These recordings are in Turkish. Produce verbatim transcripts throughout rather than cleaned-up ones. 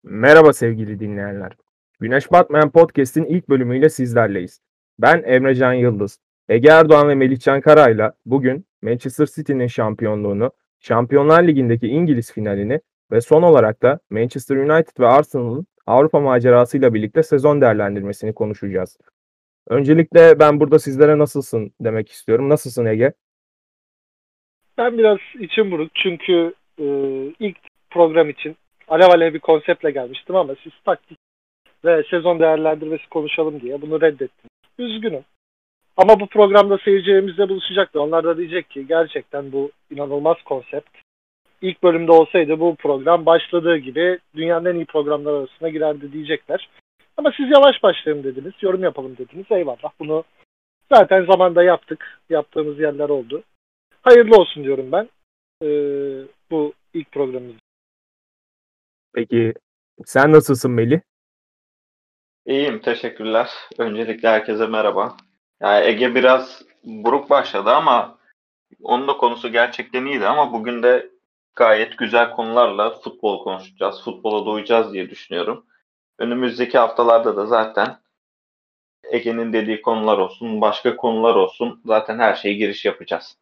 Merhaba sevgili dinleyenler. Güneş Batmayan Podcast'in ilk bölümüyle sizlerleyiz. Ben Emrecan Yıldız. Ege Erdoğan ve Melihcan Kara'yla bugün Manchester City'nin şampiyonluğunu, Şampiyonlar Ligi'ndeki İngiliz finalini ve son olarak da Manchester United ve Arsenal'ın Avrupa macerasıyla birlikte sezon değerlendirmesini konuşacağız. Öncelikle ben burada sizlere nasılsın demek istiyorum. Nasılsın Ege? Ben biraz içim buruk çünkü e, ilk program için alev alev bir konseptle gelmiştim ama siz taktik ve sezon değerlendirmesi konuşalım diye bunu reddettiniz. Üzgünüm. Ama bu programda seyircilerimizle buluşacaktır. Onlar da diyecek ki gerçekten bu inanılmaz konsept. İlk bölümde olsaydı bu program başladığı gibi dünyanın en iyi programlar arasına girerdi diyecekler. Ama siz yavaş başlayalım dediniz, yorum yapalım dediniz. Eyvallah. Bunu zaten zamanda yaptık. Yaptığımız yerler oldu. Hayırlı olsun diyorum ben. Ee, bu ilk programımız. Peki sen nasılsın Melih? İyiyim, teşekkürler. Öncelikle herkese merhaba. Yani Ege biraz buruk başladı ama onun da konusu gerçekten iyiydi ama bugün de gayet güzel konularla futbol konuşacağız, futbola doyacağız diye düşünüyorum. Önümüzdeki haftalarda da zaten Ege'nin dediği konular olsun, başka konular olsun zaten her şeye giriş yapacağız.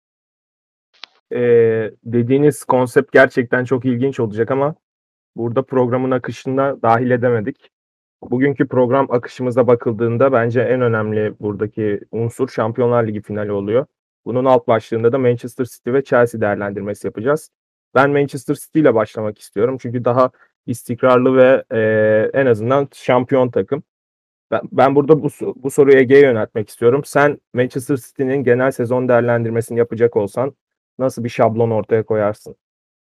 Ee, dediğiniz konsept gerçekten çok ilginç olacak ama burada programın akışına dahil edemedik. Bugünkü program akışımıza bakıldığında bence en önemli buradaki unsur Şampiyonlar Ligi finali oluyor. Bunun alt başlığında da Manchester City ve Chelsea değerlendirmesi yapacağız. Ben Manchester City ile başlamak istiyorum. Çünkü daha istikrarlı ve e, en azından şampiyon takım. Ben, ben burada bu, bu soruyu Ege'ye yöneltmek istiyorum. Sen Manchester City'nin genel sezon değerlendirmesini yapacak olsan nasıl bir şablon ortaya koyarsın?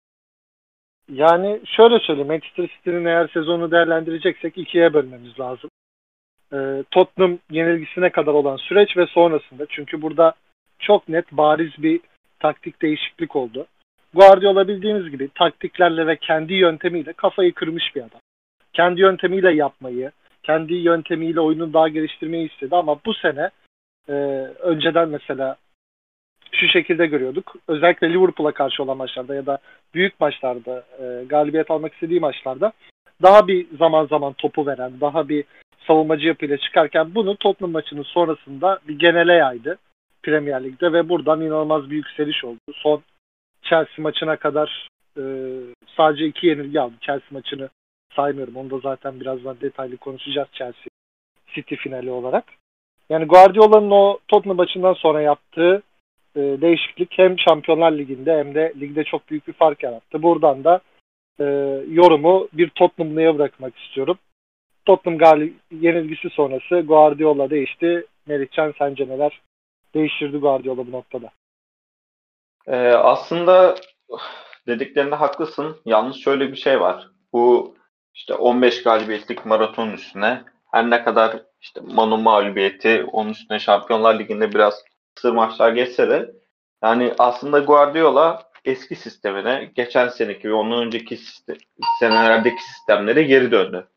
Yani şöyle söyleyeyim. Manchester City'nin eğer sezonu değerlendireceksek ikiye bölmemiz lazım. Ee, Tottenham yenilgisine kadar olan süreç ve sonrasında. Çünkü burada çok net bariz bir taktik değişiklik oldu. Guardiola bildiğiniz gibi taktiklerle ve kendi yöntemiyle kafayı kırmış bir adam. Kendi yöntemiyle yapmayı, kendi yöntemiyle oyunu daha geliştirmeyi istedi ama bu sene e, önceden mesela şu şekilde görüyorduk. Özellikle Liverpool'a karşı olan maçlarda ya da büyük maçlarda, e, galibiyet almak istediği maçlarda daha bir zaman zaman topu veren, daha bir savunmacı yapıyla çıkarken bunu Tottenham maçının sonrasında bir genele yaydı Premier Lig'de ve buradan inanılmaz bir yükseliş oldu. Son Chelsea maçına kadar e, sadece iki yenilgi aldı. Chelsea maçını saymıyorum. Onu da zaten birazdan detaylı konuşacağız Chelsea City finali olarak. Yani Guardiola'nın o Tottenham maçından sonra yaptığı e, değişiklik hem Şampiyonlar Ligi'nde hem de ligde çok büyük bir fark yarattı. Buradan da e, yorumu bir Tottenham'lıya bırakmak istiyorum. Tottenham galib yenilgisi sonrası Guardiola değişti. Melihcan sence neler değiştirdi Guardiola bu noktada? Ee, aslında dediklerinde haklısın. Yalnız şöyle bir şey var. Bu işte on beş galibiyetlik maraton üstüne her ne kadar işte Manu mağlubiyeti onun üstüne Şampiyonlar Ligi'nde biraz sır maçlar geçse de yani aslında Guardiola eski sistemine geçen seneki ve ondan önceki sistem, senelerdeki sistemlere geri döndü.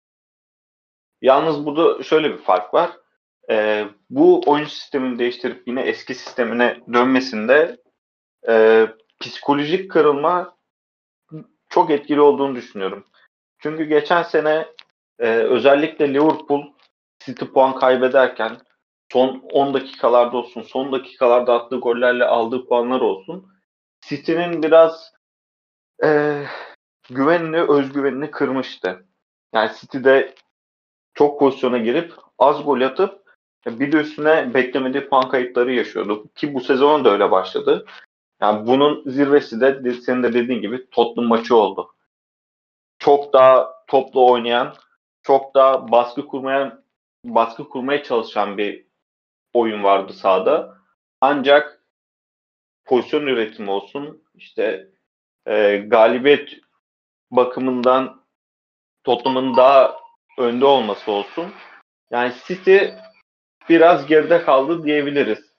Yalnız burada şöyle bir fark var. Ee, bu oyun sistemini değiştirip yine eski sistemine dönmesinde e, psikolojik kırılma çok etkili olduğunu düşünüyorum. Çünkü geçen sene e, özellikle Liverpool City puan kaybederken son on dakikalarda olsun, son dakikalarda attığı gollerle aldığı puanlar olsun, City'nin biraz e, güvenini, özgüvenini kırmıştı. Yani City'de çok pozisyona girip az gol atıp bir de üstüne beklemediği puan kayıpları yaşıyordu. Ki bu sezon da öyle başladı. Yani bunun zirvesi de senin de dediğin gibi Tottenham maçı oldu. Çok daha toplu oynayan, çok daha baskı kurmaya baskı kurmaya çalışan bir oyun vardı sahada. Ancak pozisyon üretimi olsun, işte e, galibiyet bakımından Tottenham'ın daha önde olması olsun. Yani City biraz geride kaldı diyebiliriz.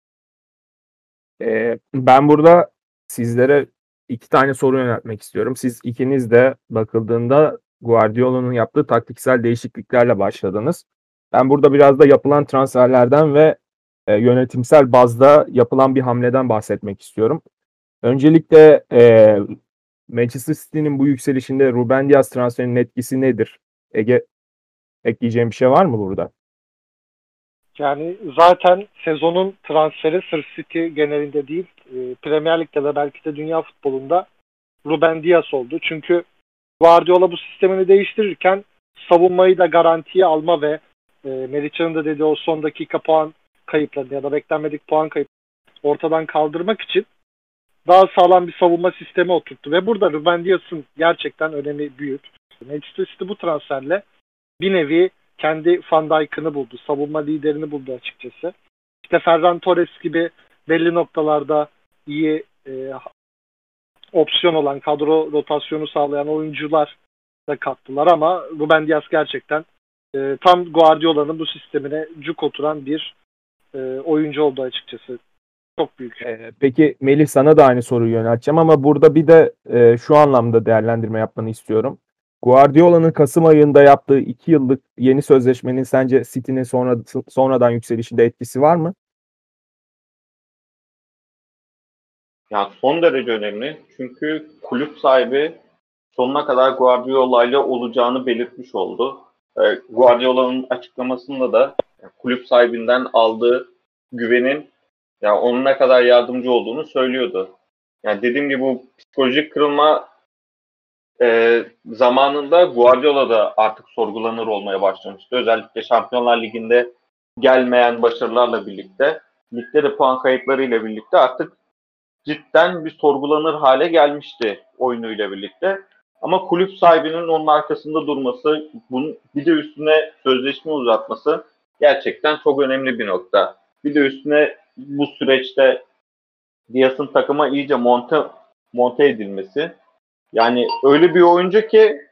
Ee, ben burada sizlere iki tane soru yöneltmek istiyorum. Siz ikiniz de bakıldığında Guardiola'nın yaptığı taktiksel değişikliklerle başladınız. Ben burada biraz da yapılan transferlerden ve e, yönetimsel bazda yapılan bir hamleden bahsetmek istiyorum. Öncelikle e, Manchester City'nin bu yükselişinde Ruben Dias transferinin etkisi nedir? Ege, ekleyeceğim bir şey var mı burada? Yani zaten sezonun transferi sırf City genelinde değil, e, Premier Lig'de ve belki de dünya futbolunda Ruben Dias oldu. Çünkü Guardiola bu sistemini değiştirirken savunmayı da garantiye alma ve e, Meriç'in de dediği o son dakika puan kayıplarını ya da beklenmedik puan kayıplarını ortadan kaldırmak için daha sağlam bir savunma sistemi oturttu. Ve burada Ruben Dias'ın gerçekten önemi büyük. Manchester City bu transferle bir nevi kendi Van Dijk'ını buldu. Savunma liderini buldu açıkçası. İşte Ferran Torres gibi belli noktalarda iyi e, opsiyon olan, kadro rotasyonu sağlayan oyuncular da kattılar ama Ruben Dias gerçekten e, tam Guardiola'nın bu sistemine cuk oturan bir e, oyuncu oldu açıkçası. Çok büyük. Ee, peki Melih, sana da aynı soruyu yönelteceğim ama burada bir de e, şu anlamda değerlendirme yapmanı istiyorum. Guardiola'nın Kasım ayında yaptığı iki yıllık yeni sözleşmenin sence City'nin sonra, sonradan yükselişinde etkisi var mı? Yani son derece önemli. Çünkü kulüp sahibi sonuna kadar Guardiola ile olacağını belirtmiş oldu. Ee, Guardiola'nın açıklamasında da yani kulüp sahibinden aldığı güvenin yani onun ne kadar yardımcı olduğunu söylüyordu. Yani dediğim gibi bu psikolojik kırılma e, zamanında Guardiola da artık sorgulanır olmaya başlamıştı. Özellikle Şampiyonlar Ligi'nde gelmeyen başarılarla birlikte, ligde de puan kayıplarıyla birlikte artık cidden bir sorgulanır hale gelmişti oyunuyla birlikte. Ama kulüp sahibinin onun arkasında durması, bunun bir de üstüne sözleşme uzatması gerçekten çok önemli bir nokta. Bir de üstüne bu süreçte Dias'ın takıma iyice monte, monte edilmesi. Yani öyle bir oyuncu ki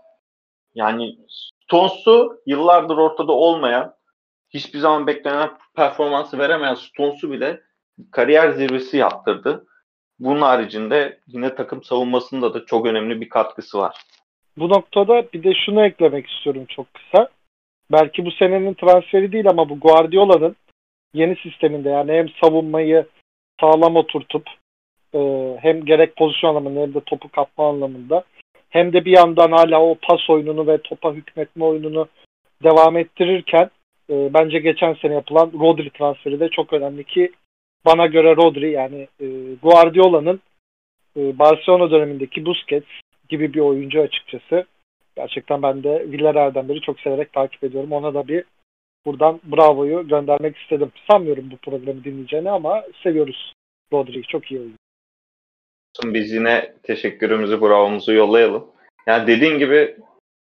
yani Stones'u yıllardır ortada olmayan, hiçbir zaman beklenen performansı veremeyen Stones'u bile kariyer zirvesi yaptırdı. Bunun haricinde yine takım savunmasında da çok önemli bir katkısı var. Bu noktada bir de şunu eklemek istiyorum çok kısa. Belki bu senenin transferi değil ama bu Guardiola'nın yeni sisteminde yani hem savunmayı sağlam oturtup e, hem gerek pozisyon anlamında hem de topu kapma anlamında hem de bir yandan hala o pas oyununu ve topa hükmetme oyununu devam ettirirken e, bence geçen sene yapılan Rodri transferi de çok önemli ki bana göre Rodri yani e, Guardiola'nın e, Barcelona dönemindeki Busquets gibi bir oyuncu açıkçası. Gerçekten ben de Villarreal'den beri çok severek takip ediyorum. Ona da bir buradan bravoyu göndermek istedim. Sanmıyorum bu programı dinleyeceğini ama seviyoruz Rodri'yi. Çok iyi oyuncu. Biz yine teşekkürümüzü, bravomuzu yollayalım. Yani dediğin gibi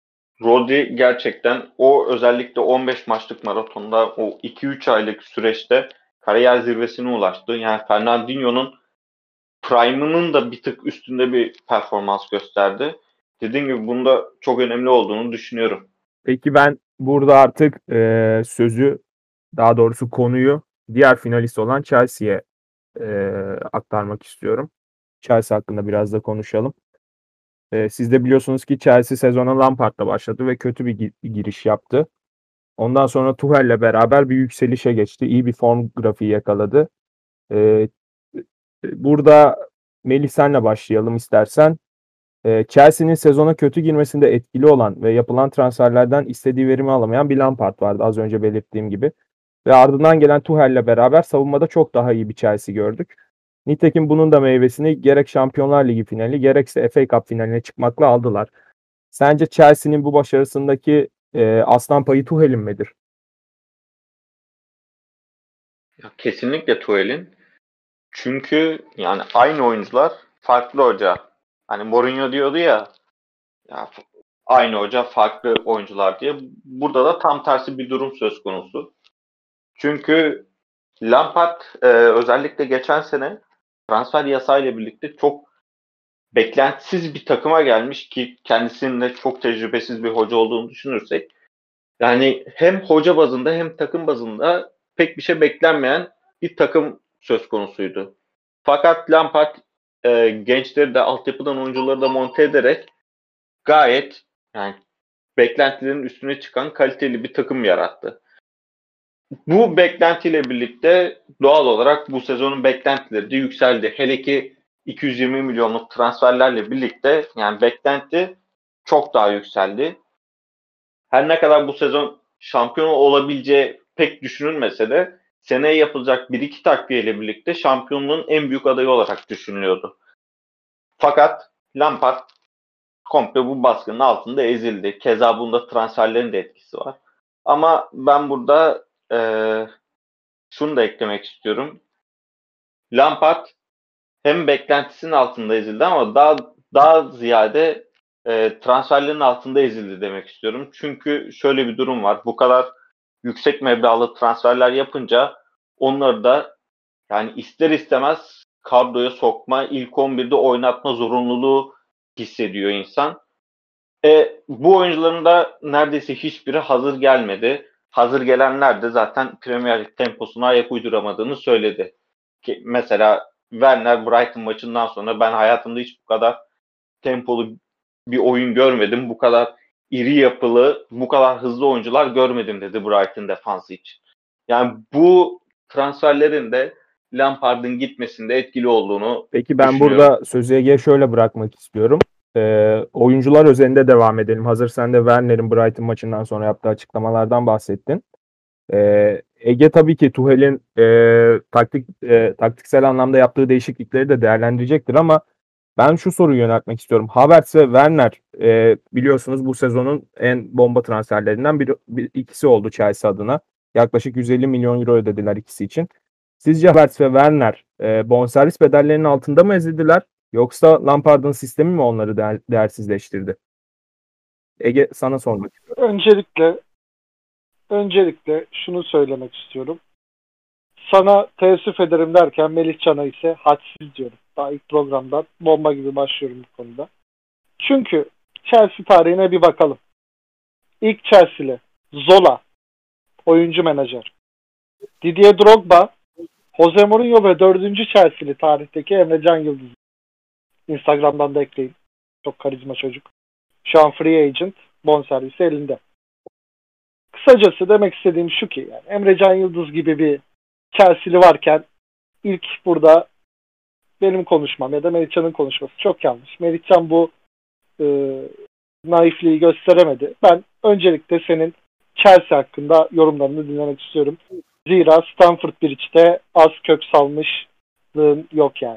Rodri gerçekten o özellikle on beş maçlık maratonda o iki üç aylık süreçte kariyer zirvesine ulaştı. Yani Fernandinho'nun prime'ının da bir tık üstünde bir performans gösterdi. Dediğim gibi bunda çok önemli olduğunu düşünüyorum. Peki ben burada artık e, sözü, daha doğrusu konuyu diğer finalist olan Chelsea'ye e, aktarmak istiyorum. Chelsea hakkında biraz da konuşalım. E, siz de biliyorsunuz ki Chelsea sezona Lampard'la başladı ve kötü bir, gi- bir giriş yaptı. Ondan sonra Tuchel'le beraber bir yükselişe geçti. İyi bir form grafiği yakaladı. E, burada Melih, senle başlayalım istersen. E, Chelsea'nin sezona kötü girmesinde etkili olan ve yapılan transferlerden istediği verimi alamayan bir Lampard vardı az önce belirttiğim gibi. Ve ardından gelen Tuchel'le beraber savunmada çok daha iyi bir Chelsea gördük. Nitekim bunun da meyvesini gerek Şampiyonlar Ligi finali gerekse F A Cup finaline çıkmakla aldılar. Sence Chelsea'nin bu başarısındaki e, aslan payı Tuchel'in midir? Ya kesinlikle Tuchel'in. Çünkü yani aynı oyuncular farklı hoca. Hani Mourinho diyordu ya, ya aynı hoca farklı oyuncular diye. Burada da tam tersi bir durum söz konusu. Çünkü Lampard e, özellikle geçen sene transfer yasayla birlikte çok beklentisiz bir takıma gelmiş ki kendisinin de çok tecrübesiz bir hoca olduğunu düşünürsek. Yani hem hoca bazında hem takım bazında pek bir şey beklenmeyen bir takım söz konusuydu. Fakat Lampard e, gençleri de altyapıdan oyuncuları da monte ederek gayet yani beklentilerin üstüne çıkan kaliteli bir takım yarattı. Bu beklentiyle birlikte doğal olarak bu sezonun beklentileri de yükseldi. Hele ki iki yüz yirmi milyonluk transferlerle birlikte yani beklenti çok daha yükseldi. Her ne kadar bu sezon şampiyon olabileceği pek düşünülmese de seneye yapılacak bir iki takviyeyle birlikte şampiyonluğun en büyük adayı olarak düşünülüyordu. Fakat Lampard komple bu baskının altında ezildi. Keza bunda transferlerin de etkisi var. Ama ben burada e, şunu da eklemek istiyorum. Lampard hem beklentisinin altında ezildi ama daha daha ziyade e, transferlerin altında ezildi demek istiyorum. Çünkü şöyle bir durum var. Bu kadar yüksek meblağlı transferler yapınca onları da yani ister istemez kadroya sokma, ilk on birde oynatma zorunluluğu hissediyor insan. E, bu oyuncuların da neredeyse hiçbiri hazır gelmedi. Hazır gelenler de zaten Premier Lig temposuna ayak uyduramadığını söyledi. Ki mesela Werner Brighton maçından sonra ben hayatımda hiç bu kadar tempolu bir oyun görmedim. Bu kadar iri yapılı, bu kadar hızlı oyuncular görmedim dedi Brighton defansı için. Yani bu transferlerin de Lampard'ın gitmesinde etkili olduğunu Peki ben düşünüyorum. burada sözü Ege'ye şöyle bırakmak istiyorum. Ee, oyuncular özelinde devam edelim. Hazır sen de Werner'in Brighton maçından sonra yaptığı açıklamalardan bahsettin. Ee, Ege tabii ki Tuchel'in e, taktik e, taktiksel anlamda yaptığı değişiklikleri de değerlendirecektir ama ben şu soruyu yöneltmek istiyorum. Havertz ve Werner e, biliyorsunuz bu sezonun en bomba transferlerinden biri, bir, ikisi oldu Chelsea adına. Yaklaşık yüz elli milyon euro ödediler ikisi için. Sizce Havertz ve Werner e, bonservis bedellerinin altında mı ezildiler? Yoksa Lampard'ın sistemi mi onları değer, değersizleştirdi? Ege sana sormak istiyorum. Öncelikle öncelikle şunu söylemek istiyorum. Sana teessüf ederim derken Melih Can'a ise hadsiz diyorum. Daha ilk programdan bomba gibi başlıyorum bu konuda. Çünkü Chelsea tarihine bir bakalım. İlk Chelsea'li Zola, oyuncu menajer. Didier Drogba, Jose Mourinho ve dördüncü Chelsea'li tarihteki Emre Can Yıldız. Instagram'dan da ekleyin. Çok karizma çocuk. Şu an free agent, bonservisi elinde. Kısacası demek istediğim şu ki yani Emre Can Yıldız gibi bir Chelsea'li varken ilk burada benim konuşmam ya da Melihcan'ın konuşması çok yanlış. Melihcan bu e, naifliği gösteremedi. Ben öncelikle senin Chelsea hakkında yorumlarını dinlemek istiyorum. Zira Stamford Bridge'de az kök salmışlığın yok yani.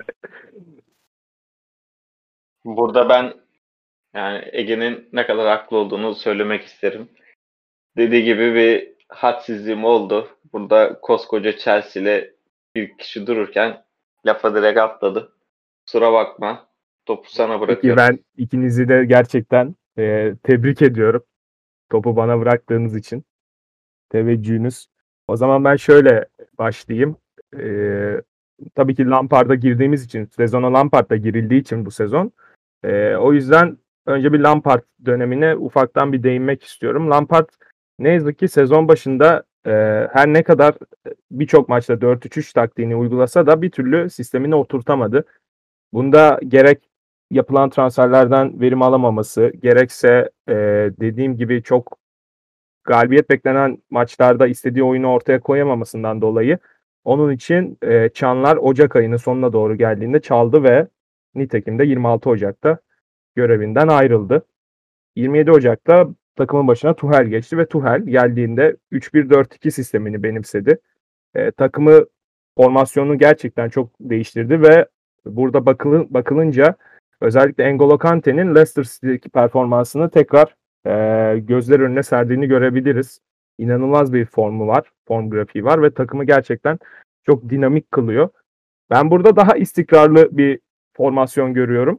Burada ben yani Ege'nin ne kadar haklı olduğunu söylemek isterim. Dediği gibi bir hadsizliğim oldu. Burada koskoca Chelsea ile bir kişi dururken lafa direkt atladı. Kusura bakma. Topu sana Peki bırakıyorum. ben ikinizi de gerçekten e, tebrik ediyorum. Topu bana bıraktığınız için. Teveccühünüz. O zaman ben şöyle başlayayım. Ee, tabii ki Lampard'a girdiğimiz için, sezona Lampard'da girildiği için bu sezon. Ee, o yüzden önce bir Lampard dönemine ufaktan bir değinmek istiyorum. Lampard ne yazık ki sezon başında e, her ne kadar birçok maçta dört üç üç taktiğini uygulasa da bir türlü sistemini oturtamadı. Bunda gerek yapılan transferlerden verim alamaması, gerekse e, dediğim gibi çok galibiyet beklenen maçlarda istediği oyunu ortaya koyamamasından dolayı onun için e, çanlar Ocak ayının sonuna doğru geldiğinde çaldı ve nitekim de yirmi altı Ocak'ta görevinden ayrıldı. yirmi yedi Ocak'ta takımın başına Tuchel geçti ve Tuchel geldiğinde üç bir dört iki sistemini benimsedi. E, takımı formasyonunu gerçekten çok değiştirdi ve burada bakılın, bakılınca özellikle N'Golo Kante'nin Leicester City'deki performansını tekrar e, gözler önüne serdiğini görebiliriz. İnanılmaz bir formu var, form grafiği var ve takımı gerçekten çok dinamik kılıyor. Ben burada daha istikrarlı bir formasyon görüyorum.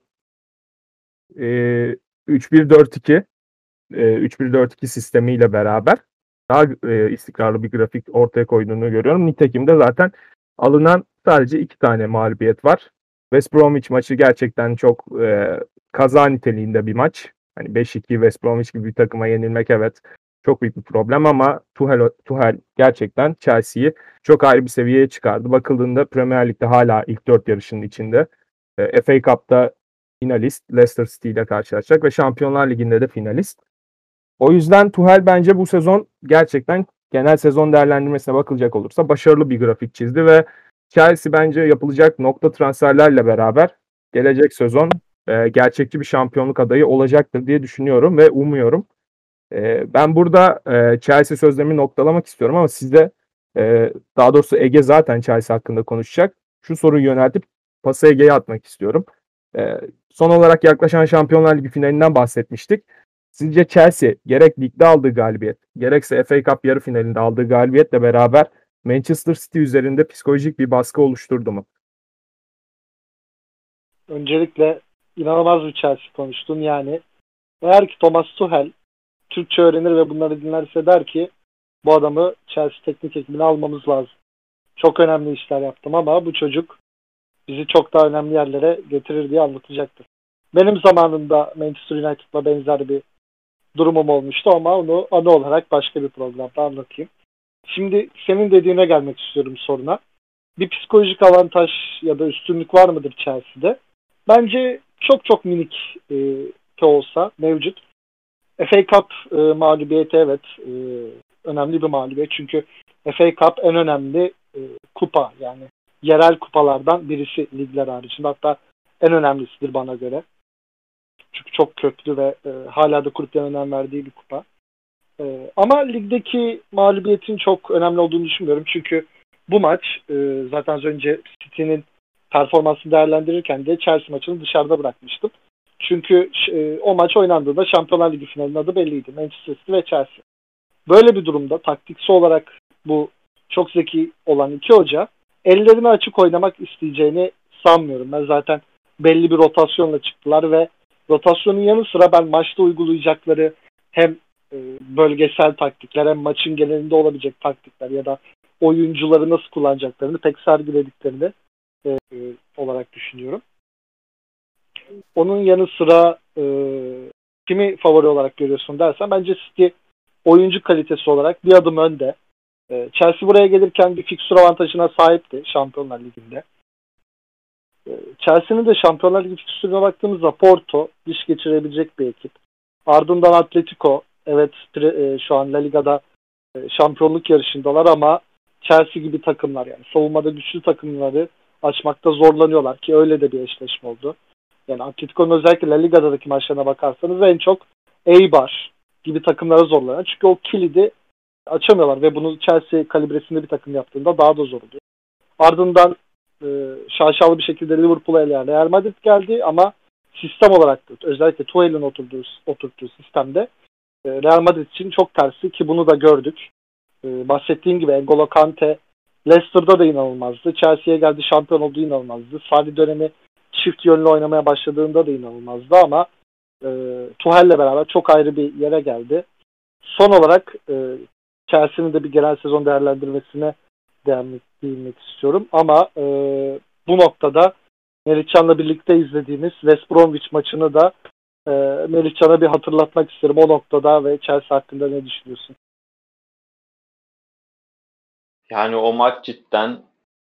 E, üç bir dört iki e, üç bir dört iki sistemiyle beraber daha e, istikrarlı bir grafik ortaya koyduğunu görüyorum. Nitekim de zaten alınan sadece iki tane mağlubiyet var. West Bromwich maçı gerçekten çok e, kaza niteliğinde bir maç. Hani beş iki West Bromwich gibi bir takıma yenilmek evet çok büyük bir problem ama Tuchel, Tuchel gerçekten Chelsea'yi çok ayrı bir seviyeye çıkardı. Bakıldığında Premier Lig'de hala ilk dört yarışının içinde. E, F A Cup'ta finalist, Leicester City ile karşılaşacak ve Şampiyonlar Ligi'nde de finalist. O yüzden Tuchel bence bu sezon gerçekten genel sezon değerlendirmesine bakılacak olursa başarılı bir grafik çizdi ve Chelsea bence yapılacak nokta transferlerle beraber gelecek sezon e, gerçekçi bir şampiyonluk adayı olacaktır diye düşünüyorum ve umuyorum. E, ben burada e, Chelsea sözlerimi noktalamak istiyorum ama size e, daha doğrusu Ege zaten Chelsea hakkında konuşacak. Şu soruyu yöneltip pası Ege'ye atmak istiyorum. E, son olarak yaklaşan Şampiyonlar Ligi finalinden bahsetmiştik. Sizce Chelsea gerek ligde aldığı galibiyet, gerekse F A Cup yarı finalinde aldığı galibiyetle beraber Manchester City üzerinde psikolojik bir baskı oluşturdu mu? Öncelikle inanılmaz bir Chelsea konuştun. Yani eğer ki Thomas Tuchel Türkçe öğrenir ve bunları dinlerse der ki bu adamı Chelsea teknik ekibine almamız lazım. Çok önemli işler yaptım ama bu çocuk bizi çok daha önemli yerlere getirir diye anlatacaktır. Benim zamanında Manchester United'la benzer bir durumum olmuştu ama onu anı olarak başka bir programda anlatayım. Şimdi senin dediğine gelmek istiyorum soruna. Bir psikolojik avantaj ya da üstünlük var mıdır Chelsea'de? Bence çok çok minik e, de olsa mevcut. F A Cup e, mağlubiyeti evet e, önemli bir mağlubiyet. Çünkü F A Cup en önemli e, kupa, yani yerel kupalardan birisi ligler haricinde. Hatta en önemlisidir bana göre. Çünkü çok köklü ve e, hala da kulüplerin önem verdiği bir kupa. E, ama ligdeki mağlubiyetin çok önemli olduğunu düşünmüyorum. Çünkü bu maç e, zaten az önce City'nin performansını değerlendirirken de Chelsea maçını dışarıda bırakmıştım. Çünkü e, o maç oynandığında Şampiyonlar Ligi finalinin adı belliydi. Manchester City ve Chelsea. Böyle bir durumda taktiksel olarak bu çok zeki olan iki hoca ellerini açık oynamak isteyeceğini sanmıyorum. Ben zaten belli bir rotasyonla çıktılar ve rotasyonun yanı sıra ben maçta uygulayacakları hem e, bölgesel taktikler hem maçın genelinde olabilecek taktikler ya da oyuncuları nasıl kullanacaklarını pek sergilediklerini e, e, olarak düşünüyorum. Onun yanı sıra e, kimi favori olarak görüyorsun dersen bence City oyuncu kalitesi olarak bir adım önde. E, Chelsea buraya gelirken bir fikstür avantajına sahipti Şampiyonlar Ligi'nde. E, Chelsea'nin de Şampiyonlar Ligi fikstürüne baktığımızda Porto diş geçirebilecek bir ekip. Ardından Atletico, evet e, şu an La Liga'da e, şampiyonluk yarışındalar ama Chelsea gibi takımlar, yani savunmada güçlü takımları açmakta zorlanıyorlar ki öyle de bir eşleşme oldu. Yani Atletico'nun özellikle La Liga'daki maçlarına bakarsanız en çok Eibar gibi takımlara zorlanıyor. Çünkü o kilidi açamıyorlar ve bunu Chelsea kalibresinde bir takım yaptığında daha da zor oluyor. Ardından e, şaşalı bir şekilde Liverpool'a eleyen Real Madrid geldi ama sistem olarak da, özellikle Tuchel'in oturduğu, oturttuğu sistemde e, Real Madrid için çok tersi ki bunu da gördük. E, bahsettiğim gibi N'Golo Kante Leicester'da da inanılmazdı. Chelsea'ye geldi, şampiyon olduğu inanılmazdı. Sarri dönemi çift yönlü oynamaya başladığında da inanılmazdı ama e, Tuchel'le beraber çok ayrı bir yere geldi. Son olarak e, Chelsea'nin de bir genel sezon değerlendirmesine değinmek, değinmek istiyorum. Ama e, bu noktada Melihcan'la birlikte izlediğimiz West Bromwich maçını da e, Melihcan'a bir hatırlatmak isterim o noktada ve Chelsea hakkında ne düşünüyorsun? Yani o maç cidden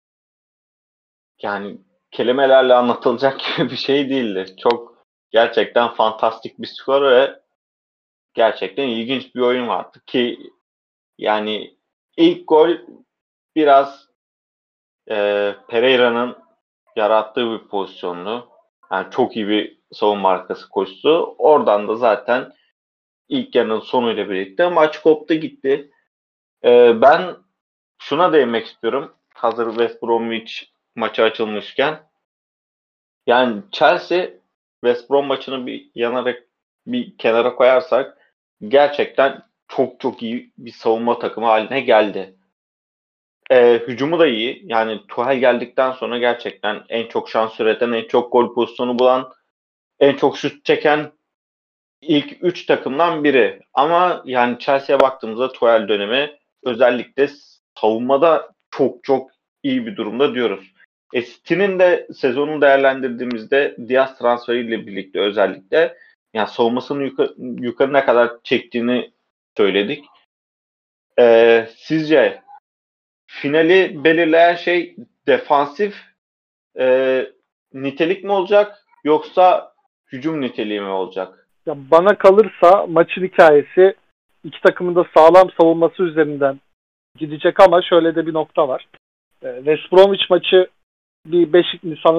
yani kelimelerle anlatılacak gibi bir şey değildi. Çok gerçekten fantastik bir skor ve gerçekten ilginç bir oyun vardı ki yani ilk gol biraz e, Pereira'nın yarattığı bir pozisyondu. Yani çok iyi bir savunma arkası koştu. Oradan da zaten ilk yarının sonuyla birlikte maç koptu gitti. E, ben şuna değinmek istiyorum. Hazır West Bromwich maçı açılmışken. Yani Chelsea West Brom maçını bir yanarak bir kenara koyarsak gerçekten çok çok iyi bir savunma takımı haline geldi. Ee, hücumu da iyi. Yani Tuchel geldikten sonra gerçekten en çok şans üreten, en çok gol pozisyonu bulan, en çok şut çeken ilk üç takımdan biri. Ama yani Chelsea'ye baktığımızda Tuchel dönemi özellikle savunmada çok çok iyi bir durumda diyoruz. E, City'nin de sezonunu değerlendirdiğimizde Diaz transferiyle birlikte özellikle yani savunmasını yukarı, yukarı ne kadar çektiğini söyledik. E, sizce finali belirleyen şey defansif e, nitelik mi olacak yoksa hücum niteliği mi olacak? Ya bana kalırsa maçın hikayesi iki takımın da sağlam savunması üzerinden gidecek ama şöyle de bir nokta var. West Bromwich maçı bir Beşik insanlar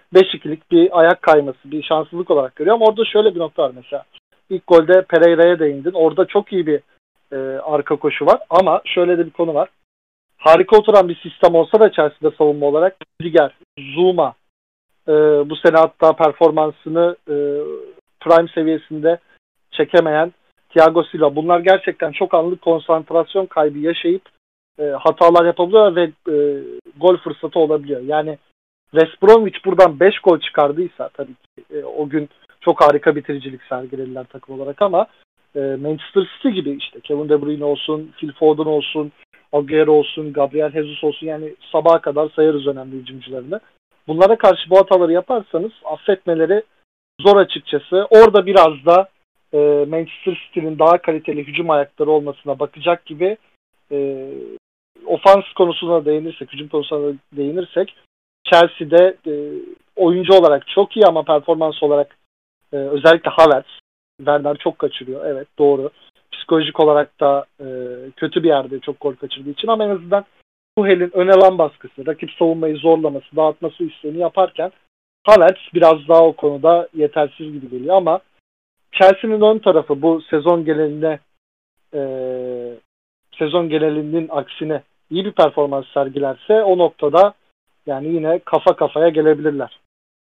beş ikilik bir ayak kayması, bir şanssızlık olarak görüyorum. Orada şöyle bir nokta var mesela. İlk golde Pereira'ya değindin. Orada çok iyi bir e, arka koşu var. Ama şöyle de bir konu var. Harika oturan bir sistem olsa da Chelsea'de savunma olarak Rüdiger, Zouma e, bu sene hatta performansını e, prime seviyesinde çekemeyen Thiago Silva. Bunlar gerçekten çok anlık konsantrasyon kaybı yaşayıp e, hatalar yapabiliyor ve e, gol fırsatı olabiliyor. Yani West Bromwich buradan beş gol çıkardıysa tabii ki e, o gün çok harika bitiricilik sergilediler takım olarak ama e, Manchester City gibi işte Kevin De Bruyne olsun, Phil Foden olsun, Agüero olsun, Gabriel Jesus olsun yani sabaha kadar sayarız önemli hücumcularını. Bunlara karşı bu hataları yaparsanız affetmeleri zor açıkçası. Orada biraz da e, Manchester City'nin daha kaliteli hücum ayakları olmasına bakacak gibi e, ofans konusuna değinirsek, hücum konusuna değinirsek Chelsea'de e, oyuncu olarak çok iyi ama performans olarak e, özellikle Havertz, Werner çok kaçırıyor. Evet doğru. Psikolojik olarak da e, kötü bir yerde çok gol kaçırdığı için ama en azından Tuchel'in ön alan baskısı, rakip savunmayı zorlaması, dağıtması üstlerini yaparken Havertz biraz daha o konuda yetersiz gibi geliyor ama Chelsea'nin ön tarafı bu sezon geneline e, sezon genelinin aksine iyi bir performans sergilerse o noktada yani yine kafa kafaya gelebilirler.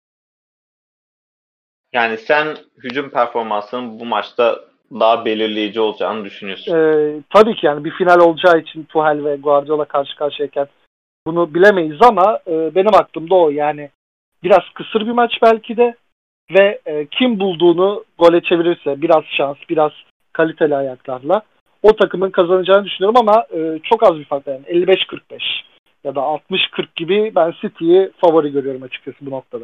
Yani sen hücum performansının bu maçta daha belirleyici olacağını düşünüyorsun. Ee, tabii ki yani bir final olacağı için Tuchel ve Guardiola karşı karşıyayken bunu bilemeyiz ama e, benim aklımda o yani biraz kısır bir maç belki de ve e, kim bulduğunu gole çevirirse biraz şans, biraz kaliteli ayaklarla o takımın kazanacağını düşünüyorum ama e, çok az bir fark yani elli beş kırk beş ya da altmış kırk gibi ben City'yi favori görüyorum açıkçası bu noktada.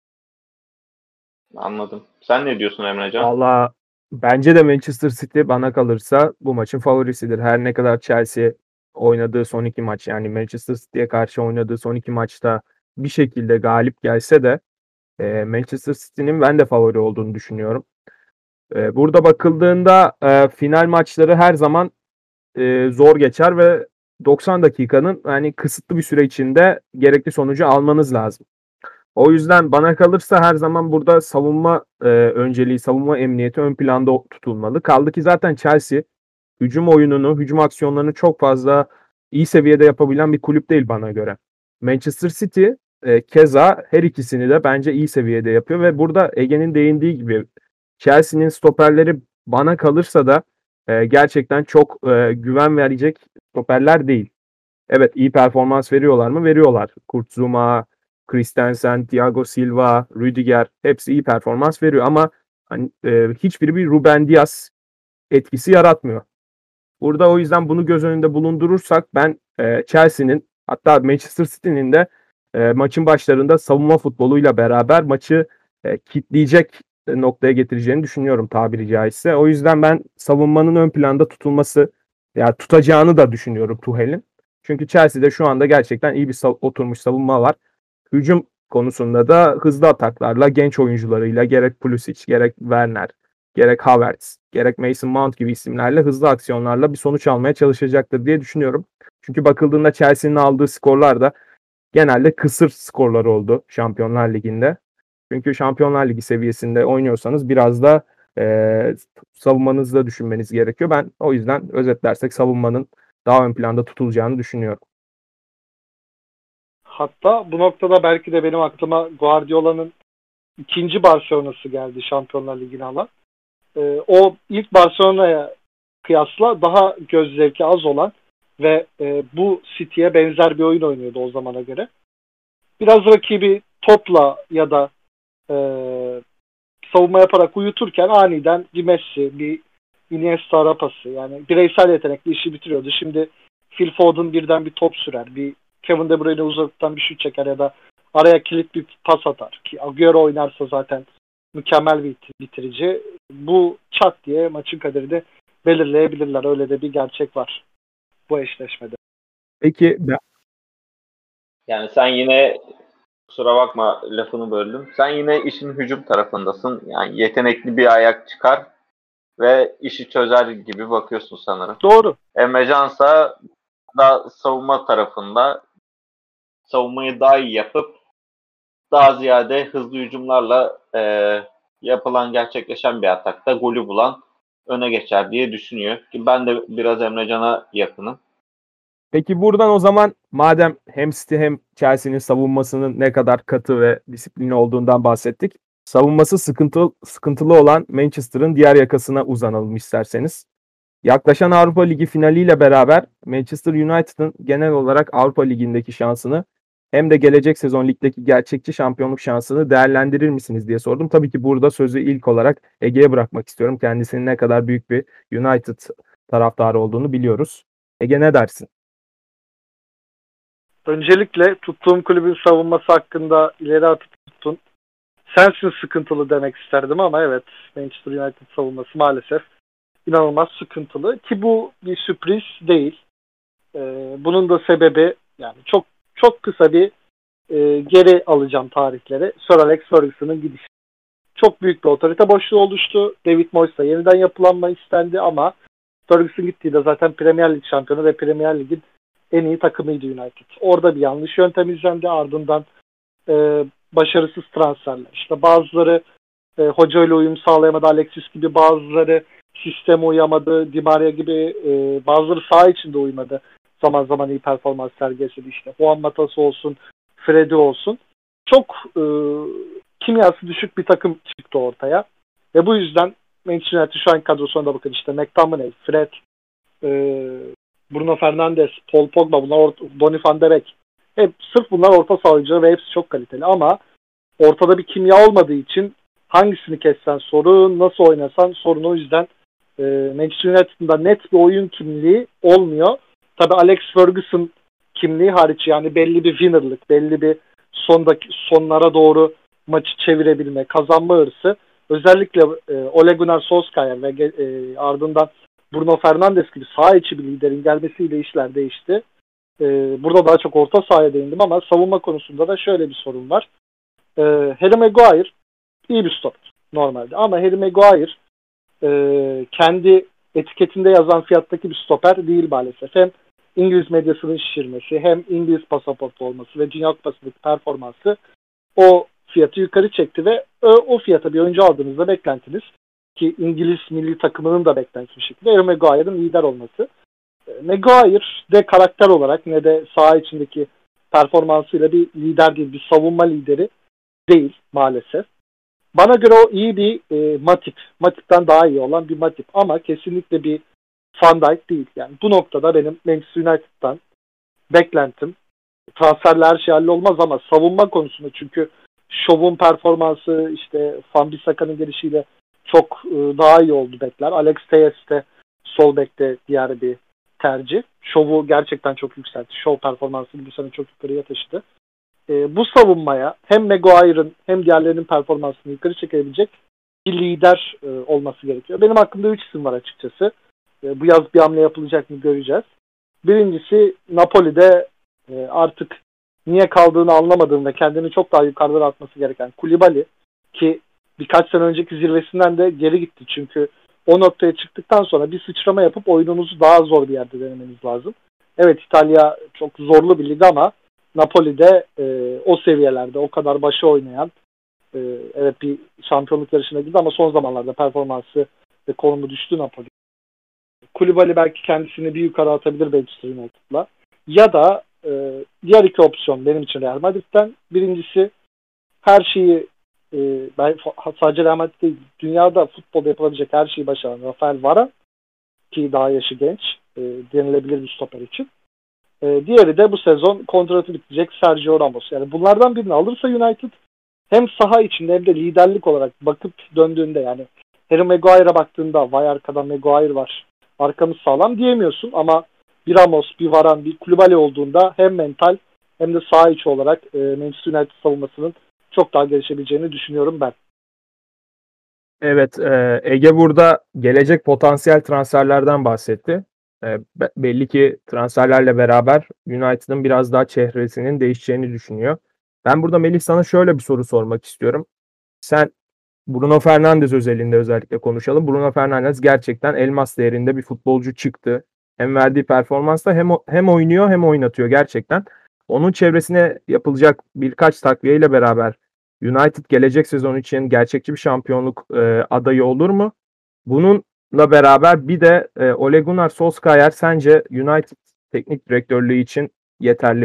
Anladım. Sen ne diyorsun Emrecan? Valla bence de Manchester City bana kalırsa bu maçın favorisidir. Her ne kadar Chelsea oynadığı son iki maç yani Manchester City'ye karşı oynadığı son iki maçta bir şekilde galip gelse de e, Manchester City'nin ben de favori olduğunu düşünüyorum. E, burada bakıldığında e, final maçları her zaman e, zor geçer ve doksan dakikanın yani kısıtlı bir süre içinde gerekli sonucu almanız lazım. O yüzden bana kalırsa her zaman burada savunma e, önceliği, savunma emniyeti ön planda tutulmalı. Kaldı ki zaten Chelsea hücum oyununu, hücum aksiyonlarını çok fazla iyi seviyede yapabilen bir kulüp değil bana göre. Manchester City e, keza her ikisini de bence iyi seviyede yapıyor ve burada Ege'nin değindiği gibi Chelsea'nin stoperleri bana kalırsa da e, gerçekten çok e, güven verecek stoperler değil. Evet iyi performans veriyorlar mı? Veriyorlar. Kurt Zouma, Christensen, Thiago Silva, Rüdiger hepsi iyi performans veriyor ama hani, e, hiçbiri bir Ruben Dias etkisi yaratmıyor. Burada o yüzden bunu göz önünde bulundurursak ben e, Chelsea'nin hatta Manchester City'nin de e, maçın başlarında savunma futboluyla beraber maçı e, kitleyecek noktaya getireceğini düşünüyorum tabiri caizse. O yüzden ben savunmanın ön planda tutulması yani tutacağını da düşünüyorum Tuchel'in. Çünkü Chelsea'de şu anda gerçekten iyi bir sav- oturmuş savunma var. Hücum konusunda da hızlı ataklarla, genç oyuncularıyla gerek Pulisic, gerek Werner, gerek Havertz, gerek Mason Mount gibi isimlerle hızlı aksiyonlarla bir sonuç almaya çalışacaktır diye düşünüyorum. Çünkü bakıldığında Chelsea'nin aldığı skorlar da genelde kısır skorlar oldu Şampiyonlar Ligi'nde. Çünkü Şampiyonlar Ligi seviyesinde oynuyorsanız biraz da e, savunmanızı da düşünmeniz gerekiyor. Ben o yüzden özetlersek savunmanın daha ön planda tutulacağını düşünüyorum. Hatta bu noktada belki de benim aklıma Guardiola'nın ikinci Barcelona'sı geldi Şampiyonlar Ligi'ni alan. Ee, o ilk Barcelona'ya kıyasla daha göz zevki az olan ve e, bu City'ye benzer bir oyun oynuyordu o zamana göre. Biraz rakibi topla ya da e, savunma yaparak uyuturken aniden bir Messi, bir Iniesta ara pası yani bireysel yetenekli işi bitiriyordu. Şimdi Phil Foden birden bir top sürer, bir Kevin De Bruyne uzaktan bir şut çeker ya da araya kilit bir pas atar ki Agüero oynarsa zaten mükemmel bir bitirici. Bu çat diye maçın kaderini belirleyebilirler. Öyle de bir gerçek var bu eşleşmede. Peki ben... Yani sen yine kusura bakma lafını böldüm. Sen yine işin hücum tarafındasın. Yani yetenekli bir ayak çıkar ve işi çözer gibi bakıyorsun sanırım. Doğru. Emrecansa da savunma tarafında savunmayı daha iyi yapıp daha ziyade hızlı hücumlarla e, yapılan, gerçekleşen bir atakta golü bulan öne geçer diye düşünüyor. Ki ben de biraz Emrecan'a yakınım. Peki buradan o zaman madem hem City hem Chelsea'nin savunmasının ne kadar katı ve disiplinli olduğundan bahsettik. Savunması sıkıntılı, sıkıntılı olan Manchester'ın diğer yakasına uzanalım isterseniz. Yaklaşan Avrupa Ligi finaliyle beraber Manchester United'ın genel olarak Avrupa Ligi'ndeki şansını hem de gelecek sezon ligdeki gerçekçi şampiyonluk şansını değerlendirir misiniz diye sordum. Tabii ki burada sözü ilk olarak Ege'ye bırakmak istiyorum. Kendisinin ne kadar büyük bir United taraftarı olduğunu biliyoruz. Ege, ne dersin? Öncelikle tuttuğum kulübün savunması hakkında ileri atıp tuttun. Sensin sıkıntılı demek isterdim ama evet, Manchester United savunması maalesef inanılmaz sıkıntılı ki bu bir sürpriz değil. Ee, bunun da sebebi, yani çok çok kısa bir e, geri alacağım tarihleri. Sir Alex Ferguson'ın gidişi. Çok büyük bir otorite boşluğu oluştu. David Moyes'la yeniden yapılanma istendi ama Ferguson gittiği de zaten Premier Lig şampiyonu ve Premier Lig'in en iyi takımıydı United. Orada bir yanlış yöntem izlendi. Ardından e, başarısız transferler. İşte bazıları e, hocayla uyum sağlayamadı. Alexis gibi, bazıları sisteme uyamadı. Di Maria gibi, e, bazıları saha içinde uymadı. Zaman zaman iyi performans sergiledi. İşte Juan Matas olsun, Freddy olsun. Çok e, kimyası düşük bir takım çıktı ortaya. Ve bu yüzden Manchester United şu an kadrosuna da bakın, işte McTominay, Fred, e, Bruno Fernandes, Paul Pogba, bunlar or- Donny van de Beek. Hep sırf bunlar orta saha oyuncuları ve hepsi çok kaliteli ama ortada bir kimya olmadığı için hangisini kessen sorun, nasıl oynasan sorun. O yüzden e, Manchester United'ın da net bir oyun kimliği olmuyor. Tabii Alex Ferguson kimliği hariç, yani belli bir winner'lık, belli bir sondaki sonlara doğru maçı çevirebilme, kazanma hırsı. Özellikle e, Ole Gunnar Solskjaer ve e, ardından Bruno Fernandes gibi saha içi bir liderin gelmesiyle işler değişti. E, burada daha çok orta sahaya değindim ama savunma konusunda da şöyle bir sorun var. E, Harry Maguire iyi bir stoper normalde ama Harry Maguire e, kendi etiketinde yazan fiyattaki bir stoper değil maalesef. Hem İngiliz medyasının şişirmesi, hem İngiliz pasaportu olması ve Dünya Kupası'ndaki performansı o fiyatı yukarı çekti ve o fiyata bir oyuncu aldığınızda beklentiniz, ki İngiliz milli takımının da beklentisi bir şekilde Harry Maguire'ın lider olması. Maguire de karakter olarak ne de saha içindeki performansıyla bir lider değil, bir savunma lideri değil maalesef. Bana göre o iyi bir e, Matip. Matip'ten daha iyi olan bir Matip ama kesinlikle bir Van Dijk değil. Yani bu noktada benim Manchester United'dan beklentim, transferler her şey hallolmaz ama savunma konusunda, çünkü Şov'un performansı işte Van Bissaka'nın gelişiyle çok e, daha iyi oldu bekler. Alex Telles de sol bekte diğer bir tercih. Şov'u gerçekten çok yükseltti. Şov performansını bu sene çok yukarıya taşıdı. E, bu savunmaya hem Maguire'ın hem diğerlerinin performansını yukarı çekebilecek bir lider e, olması gerekiyor. Benim aklımda üç isim var açıkçası. E, bu yaz bir hamle yapılacak mı göreceğiz. Birincisi, Napoli'de e, artık niye kaldığını anlamadığım ve kendini çok daha yukarıdan atması gereken Koulibaly, ki birkaç sene önceki zirvesinden de geri gitti. Çünkü o noktaya çıktıktan sonra bir sıçrama yapıp oyununuzu daha zor bir yerde denemeniz lazım. Evet, İtalya çok zorlu bir lig ama Napoli'de e, o seviyelerde o kadar başı oynayan, e, evet bir şampiyonluk yarışına girdi ama son zamanlarda performansı ve konumu düştü Napoli. Koulibaly belki kendisini bir yukarı atabilir Manchester United'la. Ya da e, diğer iki opsiyon benim için Real Madrid'den. Birincisi, her şeyi e, ben sadece Real Madrid değil, dünyada futbolda yapılabilecek her şeyi başaran Rafael Varane, ki daha yaşı genç, e, denilebilir bir stoper için. E, diğeri de bu sezon kontratı bitecek Sergio Ramos. Yani bunlardan birini alırsa United, hem saha içinde hem de liderlik olarak bakıp döndüğünde, yani Harry Maguire'a baktığında vay arkada Maguire var, arkamız sağlam diyemiyorsun ama bir Ramos, bir Varane, bir Koulibaly olduğunda hem mental hem de saha içi olarak e, Manchester United savunmasının çok daha gelişebileceğini düşünüyorum ben. Evet, e, Ege burada gelecek potansiyel transferlerden bahsetti. E, be- belli ki transferlerle beraber United'ın biraz daha çehresinin değişeceğini düşünüyor. Ben burada Melih sana şöyle bir soru sormak istiyorum. Sen Bruno Fernandes özelinde özellikle konuşalım. Bruno Fernandes gerçekten elmas değerinde bir futbolcu çıktı. Hem verdiği performansla hem o- hem oynuyor hem oynatıyor gerçekten. Onun çevresine yapılacak birkaç takviyeyle beraber United gelecek sezon için gerçekçi bir şampiyonluk e, adayı olur mu? Bununla beraber bir de e, Ole Gunnar Solskjaer sence United teknik direktörlüğü için yeterli?